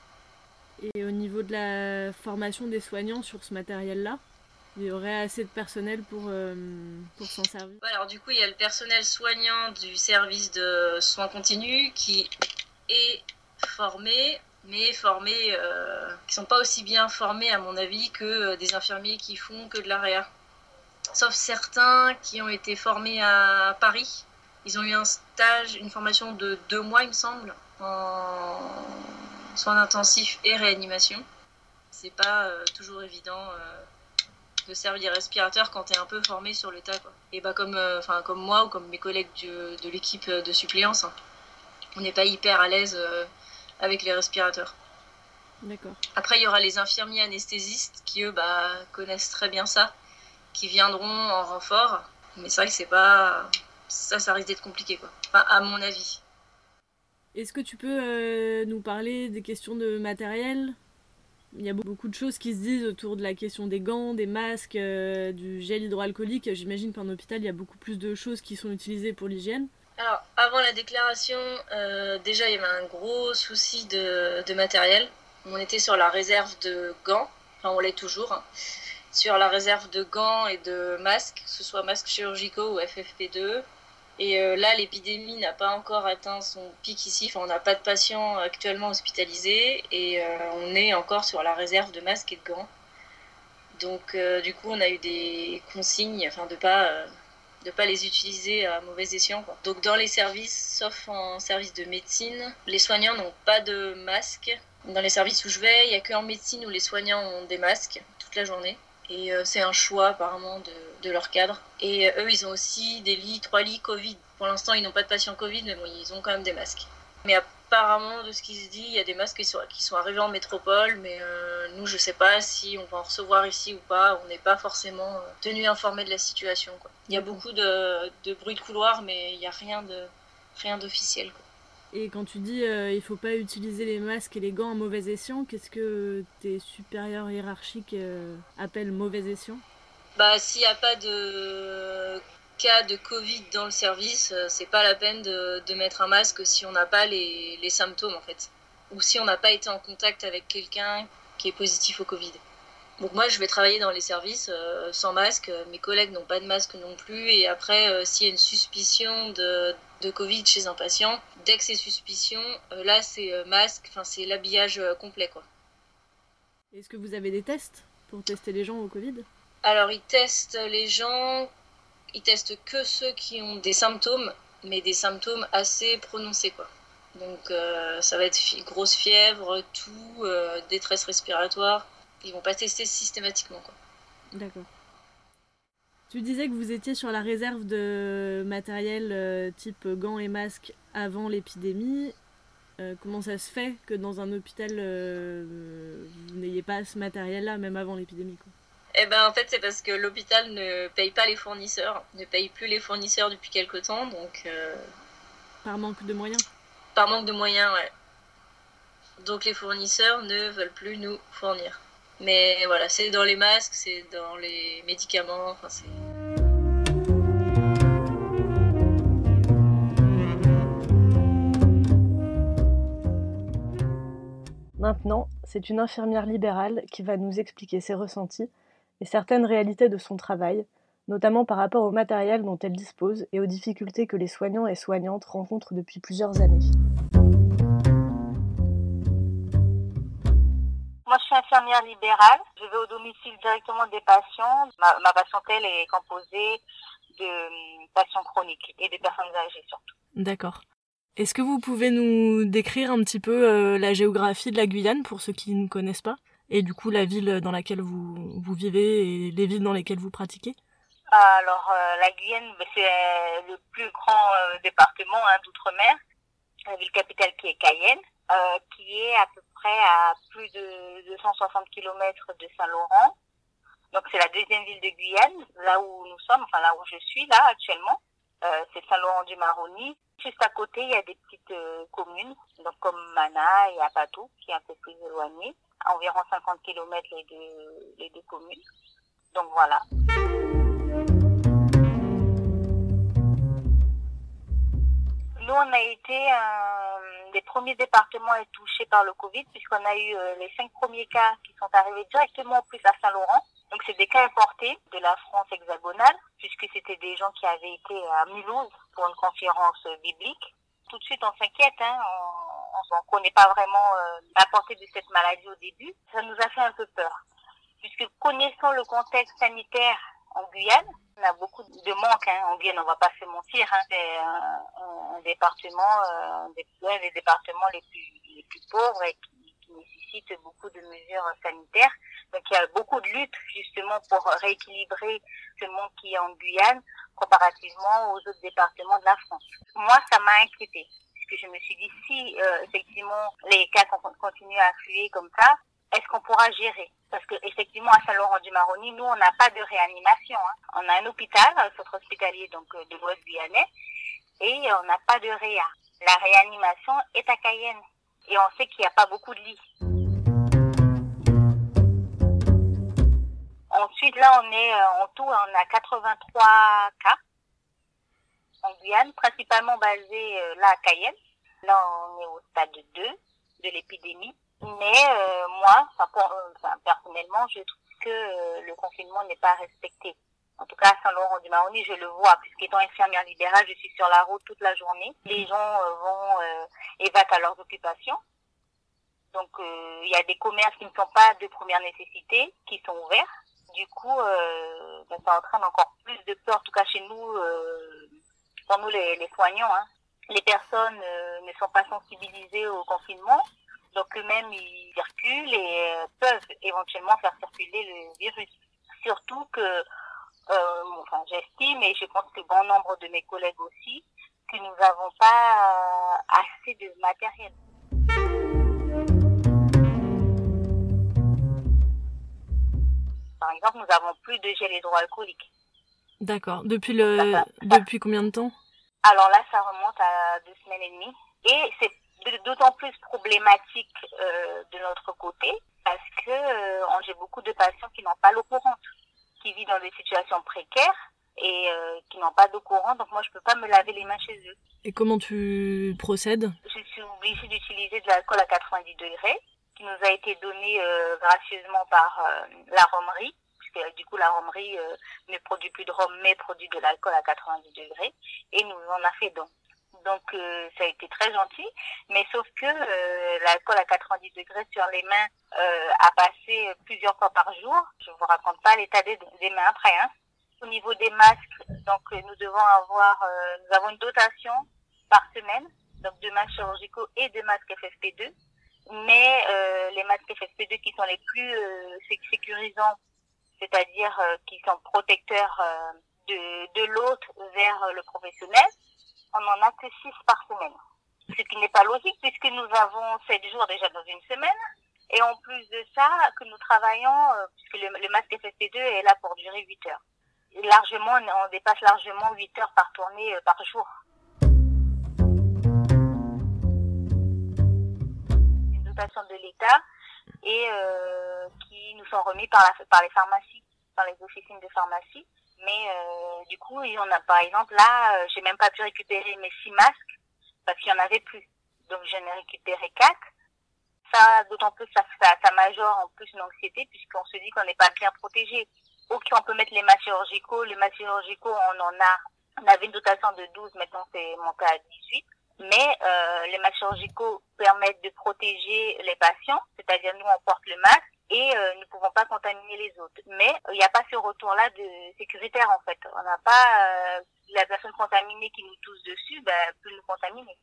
Et au niveau de la formation des soignants sur ce matériel-là, il y aurait assez de personnel pour, euh, pour s'en servir. Ouais, alors du coup, il y a le personnel soignant du service de soins continus qui est formé, mais formé, euh, qui sont pas aussi bien formés à mon avis que euh, des infirmiers qui font que de l'A R E A. Sauf certains qui ont été formés à Paris. Ils ont eu un stage, une formation de deux mois, il me semble, en soins intensifs et réanimation. C'est pas euh, toujours évident euh, de servir des respirateurs quand tu es un peu formé sur le tas, quoi. Et bah comme, euh, comme moi ou comme mes collègues de, de l'équipe de suppléance, hein, on n'est pas hyper à l'aise euh, avec les respirateurs. D'accord. Après, il y aura les infirmiers anesthésistes qui, eux, bah, connaissent très bien ça, qui viendront en renfort. Mais c'est vrai que c'est pas... Ça, ça risque d'être compliqué, quoi. Enfin, à mon avis. Est-ce que tu peux euh, nous parler des questions de matériel ? Il y a beaucoup de choses qui se disent autour de la question des gants, des masques, euh, du gel hydroalcoolique. J'imagine qu'en hôpital, il y a beaucoup plus de choses qui sont utilisées pour l'hygiène. Alors, avant la déclaration, euh, déjà, il y avait un gros souci de, de matériel. On était sur la réserve de gants, enfin, on l'est toujours, hein, sur la réserve de gants et de masques, que ce soit masques chirurgicaux ou F F P deux. Et euh, là, l'épidémie n'a pas encore atteint son pic ici. Enfin, on n'a pas de patients actuellement hospitalisés et euh, on est encore sur la réserve de masques et de gants. Donc, euh, du coup, on a eu des consignes, enfin, de pas, euh, de pas les utiliser à mauvais escient, quoi. Donc, dans les services, sauf en service de médecine, les soignants n'ont pas de masques. Dans les services où je vais, il n'y a qu'en médecine où les soignants ont des masques toute la journée. Et euh, c'est un choix apparemment de, de leur cadre. Et euh, eux, ils ont aussi des lits, trois lits Covid. Pour l'instant, ils n'ont pas de patients Covid, mais bon, ils ont quand même des masques. Mais apparemment, de ce qui se dit, il y a des masques qui sont, qui sont arrivés en métropole, mais euh, nous, je ne sais pas si on va en recevoir ici ou pas. On n'est pas forcément euh, tenus informés de la situation, quoi. Il y a beaucoup de, de bruit de couloir, mais il n'y a rien, de, rien d'officiel, quoi. Et quand tu dis euh, il faut pas utiliser les masques et les gants à mauvais escient, qu'est-ce que tes supérieurs hiérarchiques euh, appellent mauvais escient ? Bah, s'il n'y a pas de cas de Covid dans le service, c'est pas la peine de, de mettre un masque si on n'a pas les, les symptômes, en fait. Ou si on n'a pas été en contact avec quelqu'un qui est positif au Covid. Donc moi, je vais travailler dans les services euh, sans masque. Mes collègues n'ont pas de masque non plus. Et après, euh, s'il y a une suspicion de, de Covid chez un patient, dès que c'est suspicion, euh, là, c'est euh, masque, enfin, c'est l'habillage euh, complet, quoi. Est-ce que vous avez des tests pour tester les gens au Covid ? Alors, ils testent les gens, ils testent que ceux qui ont des symptômes, mais des symptômes assez prononcés, quoi. Donc, euh, ça va être fi- grosse fièvre, toux, euh, détresse respiratoire. Ils vont pas tester systématiquement, quoi. D'accord. Tu disais que vous étiez sur la réserve de matériel euh, type gants et masques avant l'épidémie. Euh, comment ça se fait que dans un hôpital, euh, vous n'ayez pas ce matériel-là, même avant l'épidémie, quoi? Eh ben, en fait, c'est parce que l'hôpital ne paye pas les fournisseurs, ne paye plus les fournisseurs depuis quelque temps, donc... Euh... Par manque de moyens? Par manque de moyens, ouais. Donc les fournisseurs ne veulent plus nous fournir. Mais voilà, c'est dans les masques, c'est dans les médicaments, enfin c'est... Maintenant, c'est une infirmière libérale qui va nous expliquer ses ressentis et certaines réalités de son travail, notamment par rapport au matériel dont elle dispose et aux difficultés que les soignants et soignantes rencontrent depuis plusieurs années. Moi, je suis infirmière libérale. Je vais au domicile directement des patients. Ma, ma patientèle est composée de patients chroniques et de personnes âgées surtout. D'accord. Est-ce que vous pouvez nous décrire un petit peu euh, la géographie de la Guyane pour ceux qui ne connaissent pas, et du coup la ville dans laquelle vous, vous vivez et les villes dans lesquelles vous pratiquez? Alors, euh, la Guyane, c'est le plus grand euh, département hein, d'outre-mer, la ville capitale qui est Cayenne, euh, qui est à peu près à plus de deux cent soixante kilomètres de Saint-Laurent. Donc c'est la deuxième ville de Guyane, là où nous sommes, enfin là où je suis là actuellement. Euh, c'est Saint-Laurent-du-Maroni. Juste à côté, il y a des petites euh, communes, donc comme Mana et Apatou, qui est un peu plus éloigné, à environ cinquante kilomètres les deux, les deux communes. Donc voilà. Nous, on a été un des premiers départements à être touchés par le Covid, puisqu'on a eu euh, les cinq premiers cas qui sont arrivés directement en plus à Saint-Laurent. Donc c'est des cas importés de la France hexagonale, puisque c'était des gens qui avaient été à Mulhouse pour une conférence biblique. Tout de suite on s'inquiète, hein, on ne connaît pas vraiment euh, la portée de cette maladie au début. Ça nous a fait un peu peur, puisque connaissant le contexte sanitaire en Guyane, on a beaucoup de manques, hein. En Guyane, on va pas se mentir, hein. C'est un, un, un département, euh, un des, ouais, des départements les plus, les plus pauvres et qui, qui nécessite beaucoup de mesures sanitaires. Donc il y a beaucoup de luttes justement pour rééquilibrer ce monde qui est en Guyane comparativement aux autres départements de la France. Moi, ça m'a inquiétée, puisque je me suis dit si euh, effectivement les cas continuent à affluer comme ça, est-ce qu'on pourra gérer? Parce que effectivement à Saint-Laurent-du-Maroni, nous on n'a pas de réanimation. Hein. On a un hôpital, un centre hospitalier donc de l'Ouest guyanais, et on n'a pas de réa. La réanimation est à Cayenne, et on sait qu'il n'y a pas beaucoup de lits. Ensuite là on est en tout on a quatre-vingt-trois cas en Guyane, principalement basés euh, là à Cayenne. Là on est au stade deux de l'épidémie. Mais euh, moi, enfin, pour, euh, enfin, personnellement, je trouve que euh, le confinement n'est pas respecté. En tout cas, à Saint-Laurent-du-Maroni, je le vois, puisqu'étant infirmière libérale, je suis sur la route toute la journée. Les gens euh, vont euh, et vaquent à leurs occupations. Donc, il euh, y a des commerces qui ne sont pas de première nécessité, qui sont ouverts. Du coup, euh, ben, ça entraîne encore plus de peur, en tout cas chez nous, euh, pour nous les, les soignants. Hein. Les personnes euh, ne sont pas sensibilisées au confinement. Donc eux-mêmes, ils circulent et euh, peuvent éventuellement faire circuler le virus. Surtout que, euh, enfin, j'estime, et je pense que bon nombre de mes collègues aussi, que nous n'avons pas euh, assez de matériel. Par exemple, nous n'avons plus de gel hydroalcoolique. D'accord. Depuis le, depuis combien de temps? Alors là, ça remonte à deux semaines et demie. Et c'est d'autant plus problématique euh, de notre côté parce que euh, j'ai beaucoup de patients qui n'ont pas l'eau courante, qui vivent dans des situations précaires et euh, qui n'ont pas d'eau courante, donc moi je peux pas me laver les mains chez eux. Et comment tu procèdes? Je suis obligée d'utiliser de l'alcool à quatre-vingt-dix degrés qui nous a été donné euh, gracieusement par euh, la Romerie, puisque du coup la Romerie euh, ne produit plus de rhum mais produit de l'alcool à quatre-vingt-dix degrés et nous en a fait don. Donc euh, ça a été très gentil, mais sauf que euh, l'alcool à quatre-vingt-dix degrés sur les mains euh, a passé plusieurs fois par jour. Je vous raconte pas l'état des, des mains après. Hein. Au niveau des masques, donc euh, nous devons avoir, euh, nous avons une dotation par semaine, donc de masques chirurgicaux et de masques F F P deux. Mais euh, les masques F F P deux qui sont les plus euh, sécurisants, c'est-à-dire euh, qui sont protecteurs euh, de, de l'hôte vers le professionnel, on n'en a que six par semaine. Ce qui n'est pas logique puisque nous avons sept jours déjà dans une semaine. Et en plus de ça, que nous travaillons, euh, puisque le, le masque F F P deux est là pour durer huit heures. Et largement, on dépasse largement huit heures par tournée euh, par jour. Une dotation de l'État et euh, qui nous sont remis par, la, par les pharmacies, par les officines de pharmacie. Mais euh, du coup, on a, par exemple, là, euh, j'ai même pas pu récupérer mes six masques parce qu'il y en avait plus. Donc, j'en ai récupéré quatre. Ça, d'autant plus, ça, ça, ça majore en plus une anxiété puisqu'on se dit qu'on n'est pas bien protégé. Ok, on peut mettre les masques chirurgicaux. Les masques chirurgicaux, on en a, on avait une dotation de douze, maintenant c'est monté à dix-huit. Mais euh, les masques chirurgicaux permettent de protéger les patients, c'est-à-dire nous, on porte le masque. Et euh, nous ne pouvons pas contaminer les autres. Mais il euh, n'y a pas ce retour-là de sécuritaire, en fait. On n'a pas euh, la personne contaminée qui nous tousse dessus, ben, peut nous contaminer.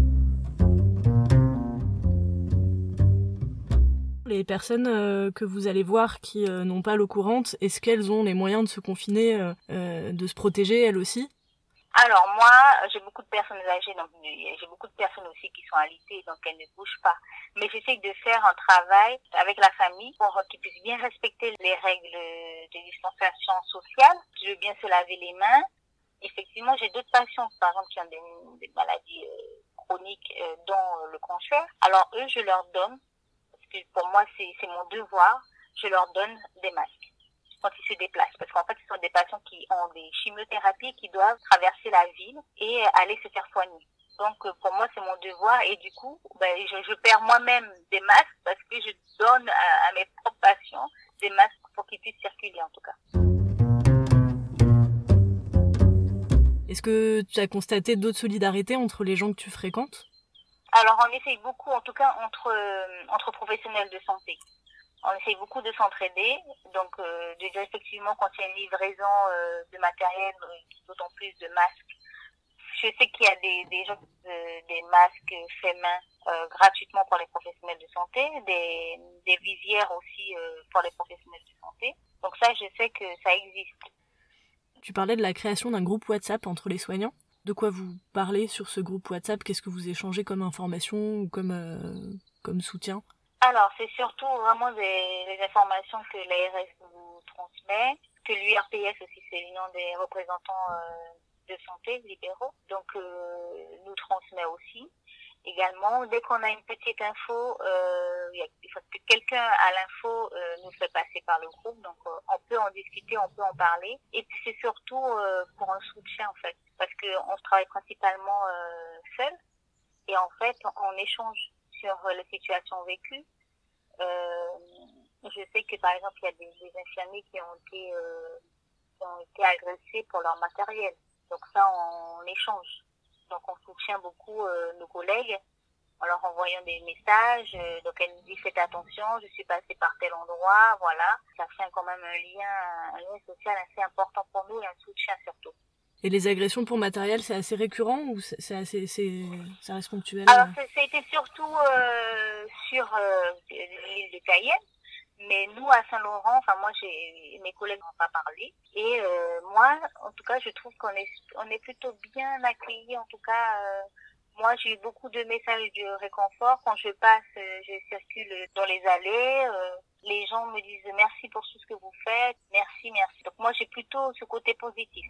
Les personnes euh, que vous allez voir qui euh, n'ont pas l'eau courante, est-ce qu'elles ont les moyens de se confiner, euh, euh, de se protéger elles aussi ? Alors moi, j'ai beaucoup de personnes âgées, donc j'ai beaucoup de personnes aussi qui sont alitées, donc elles ne bougent pas. Mais j'essaie de faire un travail avec la famille pour qu'ils puissent bien respecter les règles de distanciation sociale. Je veux bien se laver les mains. Effectivement, j'ai d'autres patients, par exemple, qui ont des, des maladies euh, chroniques, euh, dont le cancer. Alors eux, je leur donne, parce que pour moi c'est, c'est mon devoir, je leur donne des masques quand ils se déplacent. Parce qu'en fait, ce sont des patients qui ont des chimiothérapies qui doivent traverser la ville et aller se faire soigner. Donc, pour moi, c'est mon devoir. Et du coup, ben, je, je perds moi-même des masques parce que je donne à, à mes propres patients des masques pour qu'ils puissent circuler, en tout cas. Est-ce que tu as constaté d'autres solidarités entre les gens que tu fréquentes ? Alors, on essaye beaucoup, en tout cas, entre, euh, entre professionnels de santé. On essaye beaucoup de s'entraider, donc euh, de dire effectivement quand il y a une livraison euh, de matériel, euh, d'autant plus de masques. Je sais qu'il y a des, des gens, euh, des masques faits main euh, gratuitement pour les professionnels de santé, des, des visières aussi euh, pour les professionnels de santé. Donc ça, je sais que ça existe. Tu parlais de la création d'un groupe WhatsApp entre les soignants. De quoi vous parlez sur ce groupe WhatsApp ? Qu'est-ce que vous échangez comme information ou comme, euh, comme soutien ? Alors, c'est surtout vraiment des, des informations que l'A R S nous transmet, que l'U R P S aussi, c'est l'Union des représentants euh, de santé libéraux, donc euh, nous transmet aussi. Également, dès qu'on a une petite info, euh, il faut que quelqu'un à l'info euh, nous fait passer par le groupe, donc euh, on peut en discuter, on peut en parler. Et puis c'est surtout euh, pour un soutien en fait, parce qu'on se travaille principalement euh, seul, et en fait on échange sur les situations vécues. Euh, je sais que par exemple il y a des, des infirmiers qui ont été euh, qui ont été agressés pour leur matériel. Donc ça on, on échange. Donc on soutient beaucoup euh, nos collègues en leur envoyant des messages. Euh, donc elle nous dit faites attention, je suis passée par tel endroit, voilà. Ça fait quand même un lien, un lien social assez important pour nous et un soutien surtout. Et les agressions pour matériel, c'est assez récurrent ou c'est, c'est assez, c'est, ça reste ponctuel ? Alors, ça a été surtout euh, sur euh, l'île de Cayenne, mais nous, à Saint-Laurent, enfin moi, j'ai mes collègues n'ont pas parlé. Et euh, moi, en tout cas, je trouve qu'on est, on est plutôt bien accueillis. En tout cas, euh, moi, j'ai eu beaucoup de messages de réconfort. Quand je passe, euh, je circule dans les allées. Euh, les gens me disent merci pour tout ce que vous faites. Merci, merci. Donc moi, j'ai plutôt ce côté positif.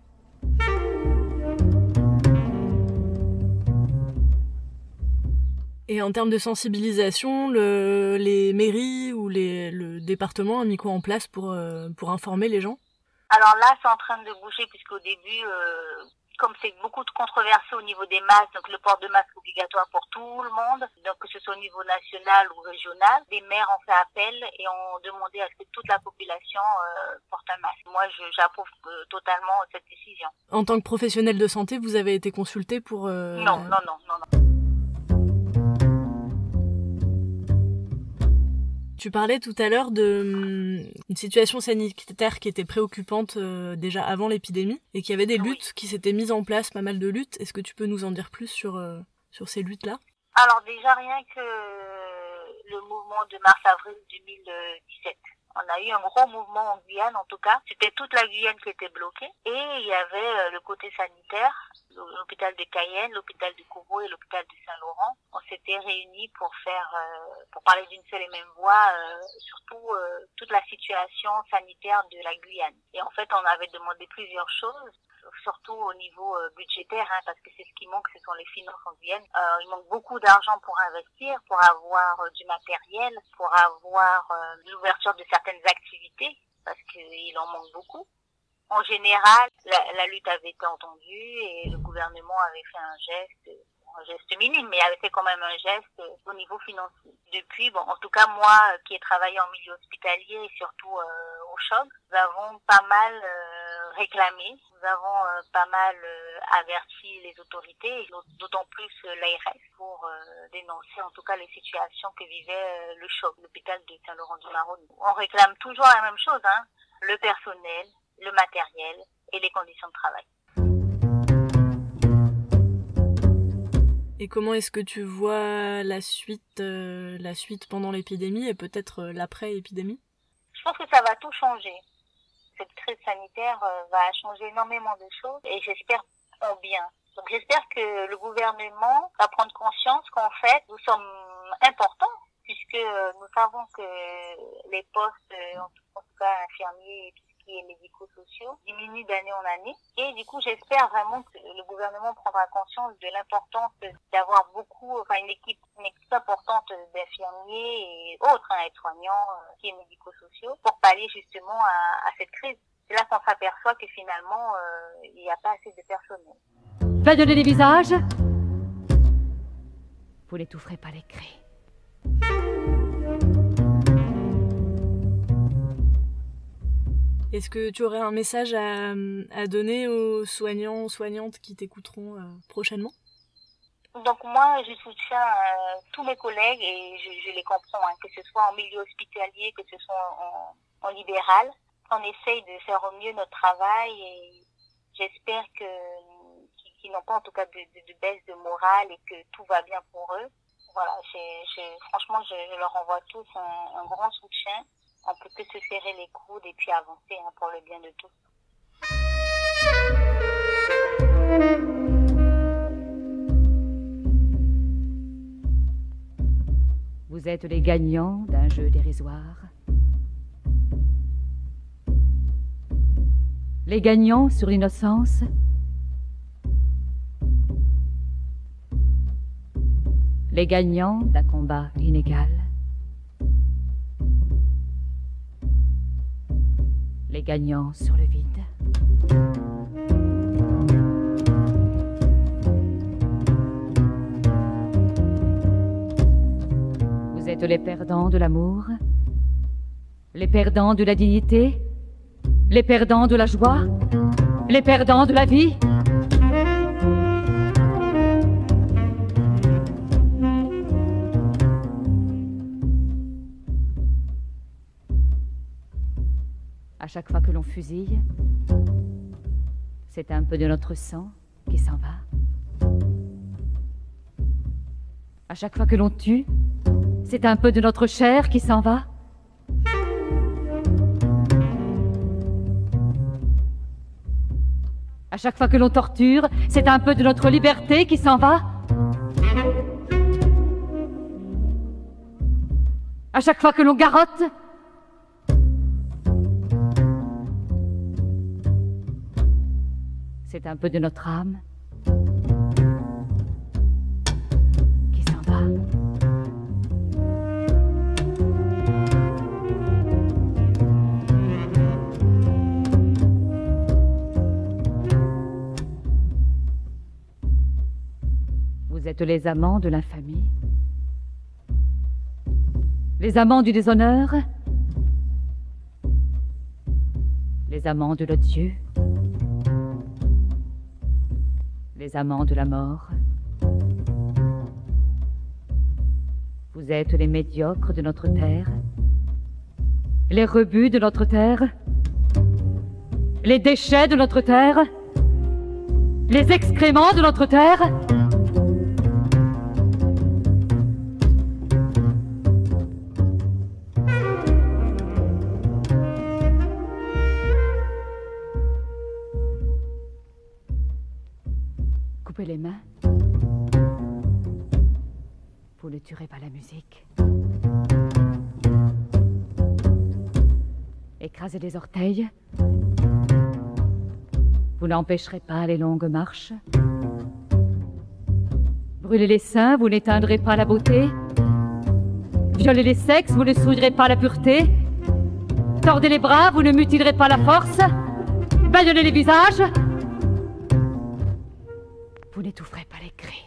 Et en termes de sensibilisation, le, les mairies ou les, le département a mis quoi en place pour, euh, pour informer les gens ? Alors là, c'est en train de bouger puisqu'au début, euh, comme c'est beaucoup de controversées au niveau des masques, donc le port de masque obligatoire pour tout le monde, donc que ce soit au niveau national ou régional, des maires ont fait appel et ont demandé à ce que toute la population euh, porte un masque. Moi, je, j'approuve euh, totalement cette décision. En tant que professionnel de santé, vous avez été consulté pour... Euh... Non, non, non, non, non. Tu parlais tout à l'heure d'une situation sanitaire qui était préoccupante euh, déjà avant l'épidémie et qu'il y avait des luttes oui. qui s'étaient mises en place, pas mal de luttes. Est-ce que tu peux nous en dire plus sur, euh, sur ces luttes-là ? Alors déjà, rien que le mouvement de mars-avril deux mille dix-sept. On a eu un gros mouvement en Guyane, en tout cas. C'était toute la Guyane qui était bloquée. Et il y avait le côté sanitaire, l'hôpital de Cayenne, l'hôpital de Kourou et l'hôpital de Saint-Laurent. On s'était réunis pour faire, euh, pour parler d'une seule et même voix, euh, surtout euh, toute la situation sanitaire de la Guyane. Et en fait, on avait demandé plusieurs choses, surtout au niveau euh, budgétaire, hein, parce que c'est ce qui manque, ce sont les finances en Guyane. Euh, il manque beaucoup d'argent pour investir, pour avoir euh, du matériel, pour avoir euh, l'ouverture de certaines activités, parce qu'il en manque beaucoup. En général, la, la lutte avait été entendue et le gouvernement avait fait un geste, un geste minime, mais avait fait quand même un geste au niveau financier. Depuis, bon, en tout cas moi qui ai travaillé en milieu hospitalier et surtout euh, au C H O G, nous avons pas mal euh, réclamé, nous avons euh, pas mal euh, averti les autorités, et d'autant plus euh, l'A R S, pour euh, dénoncer en tout cas les situations que vivait euh, le C H O G, l'hôpital de Saint-Laurent-du-Maroni. On réclame toujours la même chose, hein, le personnel, le matériel et les conditions de travail. Et comment est-ce que tu vois la suite, euh, la suite pendant l'épidémie et peut-être euh, l'après-épidémie ? Je pense que ça va tout changer. Cette crise sanitaire euh, va changer énormément de choses et j'espère en bien. Donc j'espère que le gouvernement va prendre conscience qu'en fait nous sommes importants puisque euh, nous savons que les postes, euh, en tout cas infirmiers et et médico-sociaux diminuent d'année en année. Et du coup, j'espère vraiment que le gouvernement prendra conscience de l'importance d'avoir beaucoup, enfin une équipe, une équipe importante d'infirmiers et autres hein, aides-soignants et médico-sociaux pour pallier justement à, à cette crise. C'est là qu'on s'aperçoit que finalement, euh, il n'y a pas assez de personnel. Bagnolez les visages. Vous n'étoufferez pas les cris. Est-ce que tu aurais un message à, à donner aux soignants, aux soignantes qui t'écouteront euh, prochainement ? Donc moi, je soutiens euh, tous mes collègues et je, je les comprends, hein, que ce soit en milieu hospitalier, que ce soit en, en libéral. On essaye de faire au mieux notre travail et j'espère que qu'ils n'ont pas en tout cas de, de, de baisse de morale et que tout va bien pour eux. Voilà, j'ai, j'ai, franchement, je, je leur envoie tous un, un grand soutien. On peut que se serrer les coudes et puis avancer hein, pour le bien de tous. Vous êtes les gagnants d'un jeu dérisoire. Les gagnants sur l'innocence. Les gagnants d'un combat inégal. Les gagnants sur le vide. Vous êtes les perdants de l'amour, les perdants de la dignité, les perdants de la joie, les perdants de la vie. À chaque fois que l'on fusille, c'est un peu de notre sang qui s'en va. À chaque fois que l'on tue, c'est un peu de notre chair qui s'en va. À chaque fois que l'on torture, c'est un peu de notre liberté qui s'en va. À chaque fois que l'on garrotte, c'est un peu de notre âme qui s'en va. Vous êtes les amants de l'infamie, les amants du déshonneur, les amants de l'odieux, les amants de la mort. Vous êtes les médiocres de notre terre, les rebuts de notre terre, les déchets de notre terre, les excréments de notre terre. Coupez les mains. Vous ne tuerez pas la musique. Écrasez les orteils. Vous n'empêcherez pas les longues marches. Brûlez les seins, vous n'éteindrez pas la beauté. Violez les sexes, vous ne souillerez pas la pureté. Tordez les bras, vous ne mutilerez pas la force. Bâillonnez les visages. Vous n'étoufferez pas les cris.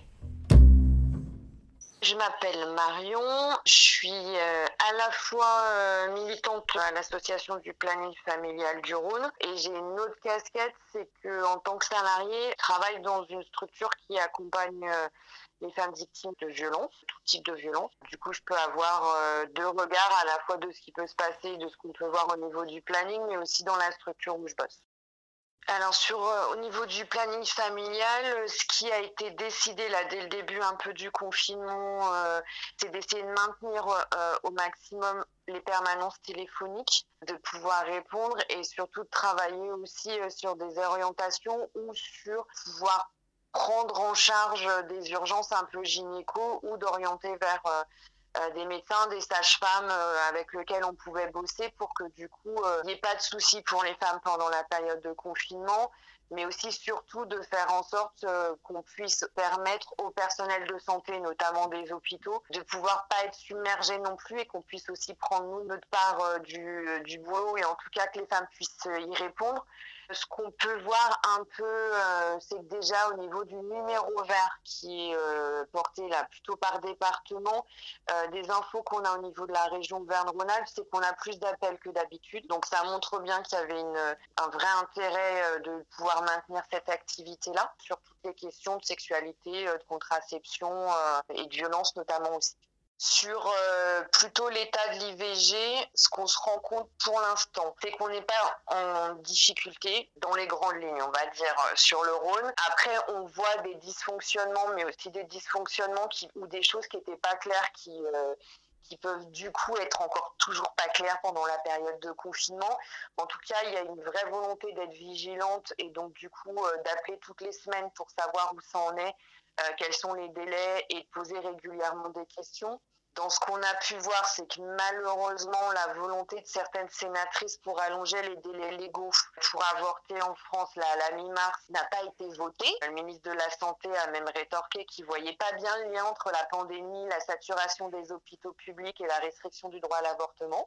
Je m'appelle Marion, je suis euh, à la fois euh, militante à l'association du planning familial du Rhône et j'ai une autre casquette, c'est qu'en tant que salariée, je travaille dans une structure qui accompagne euh, les femmes victimes de violences, tout type de violence. Du coup, je peux avoir euh, deux regards à la fois de ce qui peut se passer, de ce qu'on peut voir au niveau du planning, mais aussi dans la structure où je bosse. Alors sur euh, au niveau du planning familial, euh, ce qui a été décidé là dès le début un peu du confinement, euh, c'est d'essayer de maintenir euh, au maximum les permanences téléphoniques, de pouvoir répondre et surtout de travailler aussi euh, sur des orientations ou sur pouvoir prendre en charge des urgences un peu gynéco ou d'orienter vers euh, Euh, des médecins, des sages-femmes euh, avec lesquels on pouvait bosser pour que du coup il euh, n'y ait pas de soucis pour les femmes pendant la période de confinement, mais aussi surtout de faire en sorte euh, qu'on puisse permettre au personnel de santé, notamment des hôpitaux, de pouvoir pas être submergés non plus et qu'on puisse aussi prendre nous notre part euh, du, euh, du boulot et en tout cas que les femmes puissent euh, y répondre. Ce qu'on peut voir un peu, euh, c'est que déjà au niveau du numéro vert qui est euh, porté là plutôt par département, euh, des infos qu'on a au niveau de la région Auvergne-Rhône-Alpes, c'est qu'on a plus d'appels que d'habitude. Donc ça montre bien qu'il y avait une, un vrai intérêt euh, de pouvoir maintenir cette activité-là sur toutes les questions de sexualité, euh, de contraception euh, et de violence notamment aussi. Sur euh, plutôt l'état de l'I V G, ce qu'on se rend compte pour l'instant, c'est qu'on n'est pas en difficulté dans les grandes lignes, on va dire, sur le Rhône. Après, on voit des dysfonctionnements, mais aussi des dysfonctionnements qui, ou des choses qui n'étaient pas claires, qui, euh, qui peuvent du coup être encore toujours pas claires pendant la période de confinement. En tout cas, il y a une vraie volonté d'être vigilante et donc du coup euh, d'appeler toutes les semaines pour savoir où ça en est, euh, quels sont les délais et de poser régulièrement des questions. Dans ce qu'on a pu voir, c'est que malheureusement, la volonté de certaines sénatrices pour allonger les délais légaux pour avorter en France là, à la mi-mars n'a pas été votée. Le ministre de la Santé a même rétorqué qu'il ne voyait pas bien le lien entre la pandémie, la saturation des hôpitaux publics et la restriction du droit à l'avortement.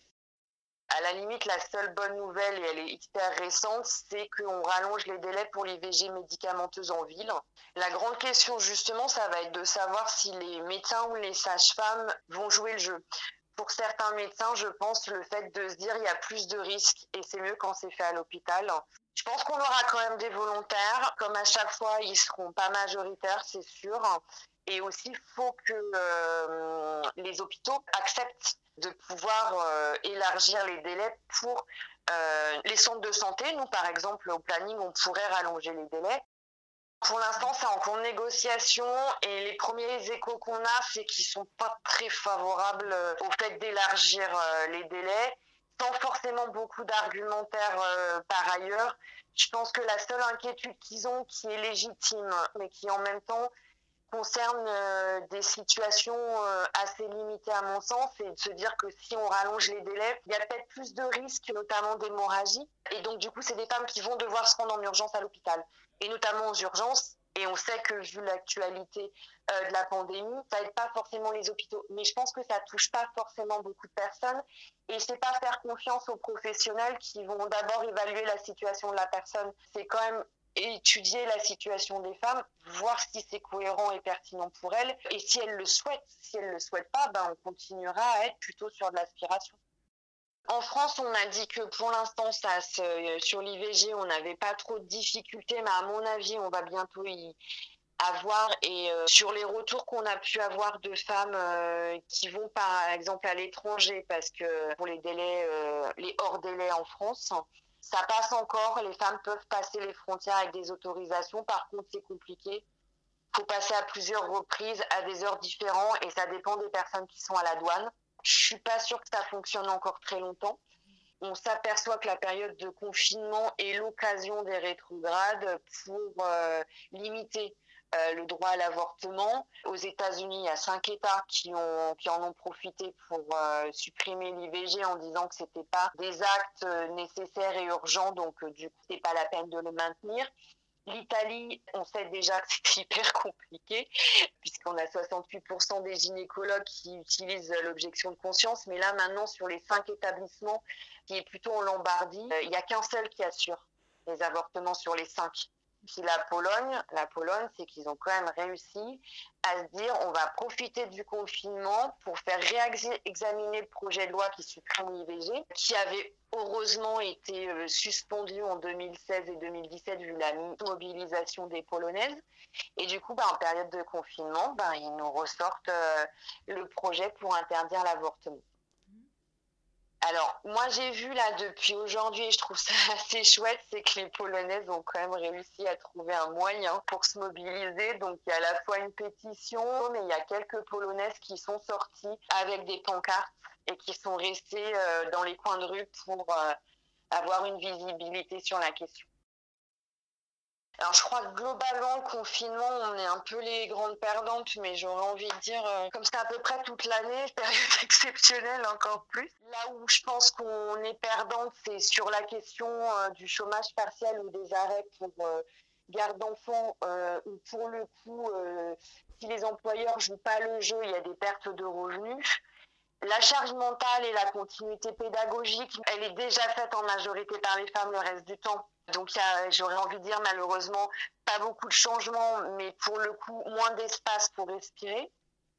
À la limite, la seule bonne nouvelle, et elle est hyper récente, c'est qu'on rallonge les délais pour l'I V G médicamenteuse en ville. La grande question, justement, ça va être de savoir si les médecins ou les sages-femmes vont jouer le jeu. Pour certains médecins, je pense, le fait de se dire qu'il y a plus de risques et c'est mieux quand c'est fait à l'hôpital. Je pense qu'on aura quand même des volontaires. Comme à chaque fois, ils ne seront pas majoritaires, c'est sûr. Et aussi, il faut que euh, les hôpitaux acceptent de pouvoir euh, élargir les délais pour euh, les centres de santé. Nous, par exemple, au planning, on pourrait rallonger les délais. Pour l'instant, c'est en cours de négociation et les premiers échos qu'on a, c'est qu'ils ne sont pas très favorables au fait d'élargir euh, les délais, sans forcément beaucoup d'argumentaires euh, par ailleurs. Je pense que la seule inquiétude qu'ils ont, qui est légitime, mais qui en même temps concerne euh, des situations euh, assez limitées à mon sens, c'est de se dire que si on rallonge les délais, il y a peut-être plus de risques, notamment d'hémorragie. Et donc du coup, c'est des femmes qui vont devoir se rendre en urgence à l'hôpital, et notamment aux urgences. Et on sait que vu l'actualité euh, de la pandémie, ça n'aide pas forcément les hôpitaux. Mais je pense que ça touche pas forcément beaucoup de personnes. Et c'est pas faire confiance aux professionnels qui vont d'abord évaluer la situation de la personne. C'est quand même étudier la situation des femmes, voir si c'est cohérent et pertinent pour elles. Et si elles le souhaitent, si elles le souhaitent pas, ben, on continuera à être plutôt sur de l'aspiration. En France, on a dit que pour l'instant, ça, sur l'I V G, on n'avait pas trop de difficultés, mais à mon avis, on va bientôt y avoir. Et euh, sur les retours qu'on a pu avoir de femmes euh, qui vont par exemple à l'étranger, parce que pour les délais, euh, les hors délais en France, ça passe encore. Les femmes peuvent passer les frontières avec des autorisations. Par contre, c'est compliqué. Il faut passer à plusieurs reprises, à des heures différentes, et ça dépend des personnes qui sont à la douane. Je suis pas sûre que ça fonctionne encore très longtemps. On s'aperçoit que la période de confinement est l'occasion des rétrogrades pour euh, limiter euh, le droit à l'avortement. Aux États-Unis, il y a cinq États qui ont qui en ont profité pour euh, supprimer l'I V G en disant que c'était pas des actes nécessaires et urgents, donc euh, du coup, c'est pas la peine de le maintenir. L'Italie, on sait déjà que c'est hyper compliqué, puisqu'on a soixante-huit pour cent des gynécologues qui utilisent l'objection de conscience, mais là maintenant sur les cinq établissements, qui est plutôt en Lombardie, il n'y a qu'un seul qui assure les avortements sur les cinq. Puis la Pologne, la Pologne, c'est qu'ils ont quand même réussi à se dire on va profiter du confinement pour faire réexaminer le projet de loi qui supprime l'I V G, qui avait heureusement été euh, suspendu en deux mille seize et deux mille dix-sept vu la mobilisation des Polonaises. Et du coup, bah, en période de confinement, bah, ils nous ressortent euh, le projet pour interdire l'avortement. Alors, moi, j'ai vu là depuis aujourd'hui, et je trouve ça assez chouette, c'est que les Polonaises ont quand même réussi à trouver un moyen pour se mobiliser. Donc, il y a à la fois une pétition, mais il y a quelques Polonaises qui sont sorties avec des pancartes et qui sont restées euh, dans les coins de rue pour euh, avoir une visibilité sur la question. Alors, je crois que globalement, le confinement, on est un peu les grandes perdantes, mais j'aurais envie de dire, euh, comme c'est à peu près toute l'année, période exceptionnelle encore plus. Là où je pense qu'on est perdante, c'est sur la question euh, du chômage partiel ou des arrêts pour euh, garde d'enfants, euh, où pour le coup, euh, si les employeurs jouent pas le jeu, il y a des pertes de revenus. La charge mentale et la continuité pédagogique, elle est déjà faite en majorité par les femmes le reste du temps. Donc, y a, j'aurais envie de dire, malheureusement, pas beaucoup de changements, mais pour le coup, moins d'espace pour respirer.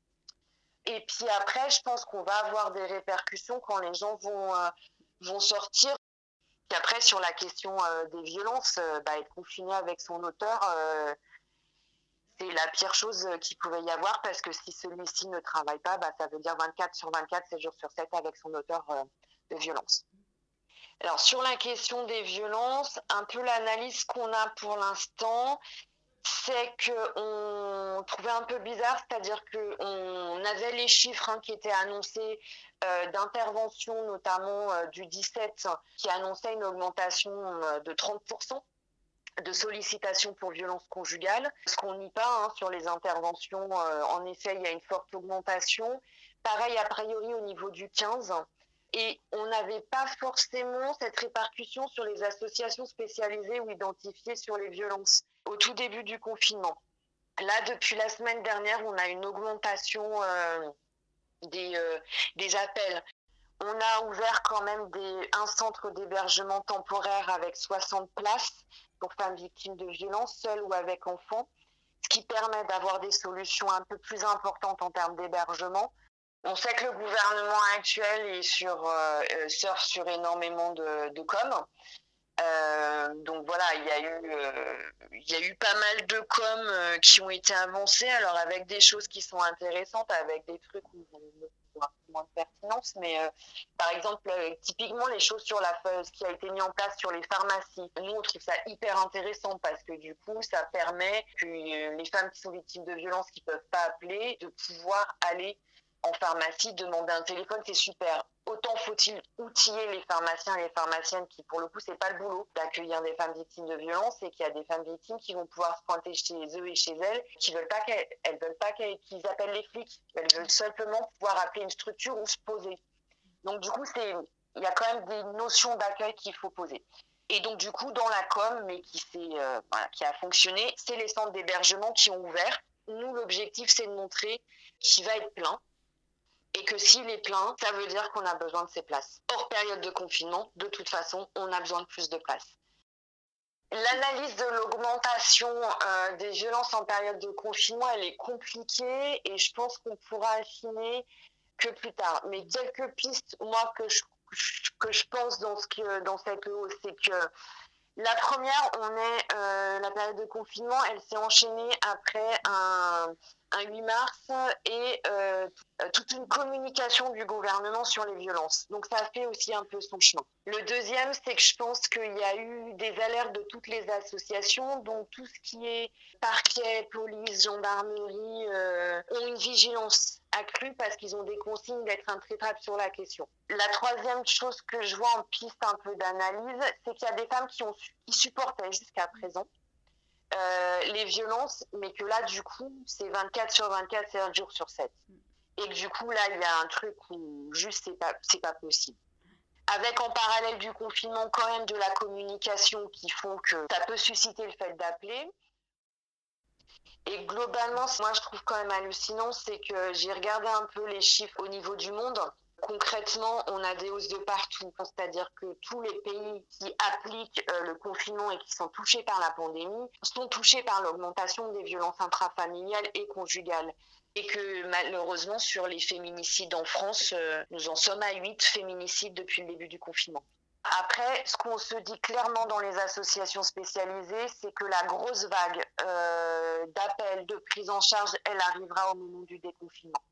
Et puis après, je pense qu'on va avoir des répercussions quand les gens vont, euh, vont sortir. Puis après, sur la question euh, des violences, euh, bah, être confiné avec son auteur, euh, c'est la pire chose qu'il pouvait y avoir, parce que si celui-ci ne travaille pas, bah, ça veut dire vingt-quatre sur vingt-quatre, sept jours sur sept avec son auteur euh, de violence. Alors, sur la question des violences, un peu l'analyse qu'on a pour l'instant, c'est qu'on trouvait un peu bizarre, c'est-à-dire qu'on avait les chiffres hein, qui étaient annoncés euh, d'intervention, notamment euh, du dix-sept, qui annonçait une augmentation euh, de trente pour cent de sollicitations pour violences conjugales. Ce qu'on nie pas hein, sur les interventions, euh, en effet, il y a une forte augmentation. Pareil, a priori, au niveau du quinze. Et on n'avait pas forcément cette répercussion sur les associations spécialisées ou identifiées sur les violences au tout début du confinement. Là, depuis la semaine dernière, on a une augmentation euh, des, euh, des appels. On a ouvert quand même des, un centre d'hébergement temporaire avec soixante places pour femmes victimes de violences, seules ou avec enfants, ce qui permet d'avoir des solutions un peu plus importantes en termes d'hébergement. On sait que le gouvernement actuel est sur, euh, surfe sur énormément de, de com. Euh, donc voilà, il y a eu, euh, il y a eu pas mal de com euh, qui ont été avancés, alors avec des choses qui sont intéressantes, avec des trucs où on a un peu moins de pertinence, mais euh, par exemple, euh, typiquement les choses sur la, ce qui a été mis en place sur les pharmacies. Nous, on trouve ça hyper intéressant parce que du coup, ça permet que euh, les femmes qui sont victimes de violences, qui peuvent pas appeler, de pouvoir aller en pharmacie, demander un téléphone, c'est super. Autant faut-il outiller les pharmaciens et les pharmaciennes qui, pour le coup, c'est pas le boulot d'accueillir des femmes victimes de violences, et qu'il y a des femmes victimes qui vont pouvoir se pointer chez eux et chez elles, qui veulent pas qu'elles, elles veulent pas qu'ils appellent les flics. Elles veulent simplement pouvoir appeler une structure ou se poser. Donc, du coup, c'est, il y a quand même des notions d'accueil qu'il faut poser. Et donc, du coup, dans la com, mais qui, s'est, euh, voilà, qui a fonctionné, c'est les centres d'hébergement qui ont ouvert. Nous, l'objectif, c'est de montrer qu'il va être plein. Et que s'il est plein, ça veut dire qu'on a besoin de ces places. Hors période de confinement, de toute façon, on a besoin de plus de places. L'analyse de l'augmentation euh, des violences en période de confinement, elle est compliquée et je pense qu'on pourra affiner que plus tard. Mais quelques pistes, moi, que je, que je pense dans, ce que, dans cette hausse, c'est que la première, on est, euh, la période de confinement, elle s'est enchaînée après un, un huit mars et euh, toute une communication du gouvernement sur les violences. Donc ça fait aussi un peu son chemin. Le deuxième, c'est que je pense qu'il y a eu des alertes de toutes les associations, donc tout ce qui est parquet, police, gendarmerie, euh, ont une vigilance accrue parce qu'ils ont des consignes d'être intraitables sur la question. La troisième chose que je vois en piste un peu d'analyse, c'est qu'il y a des femmes qui, ont, qui supportaient jusqu'à présent euh, les violences, mais que là, du coup, c'est vingt-quatre sur vingt-quatre, sept jours sur sept. Et que du coup, là, il y a un truc où juste, c'est pas, c'est pas possible. Avec en parallèle du confinement, quand même de la communication qui font que ça peut susciter le fait d'appeler. Et globalement, moi, je trouve quand même hallucinant, c'est que j'ai regardé un peu les chiffres au niveau du monde. Concrètement, on a des hausses de partout, c'est-à-dire que tous les pays qui appliquent euh, le confinement et qui sont touchés par la pandémie sont touchés par l'augmentation des violences intrafamiliales et conjugales. Et que malheureusement, sur les féminicides en France, euh, nous en sommes à huit féminicides depuis le début du confinement. Après, ce qu'on se dit clairement dans les associations spécialisées, c'est que la grosse vague euh, d'appels, de prise en charge, elle arrivera au moment du déconfinement.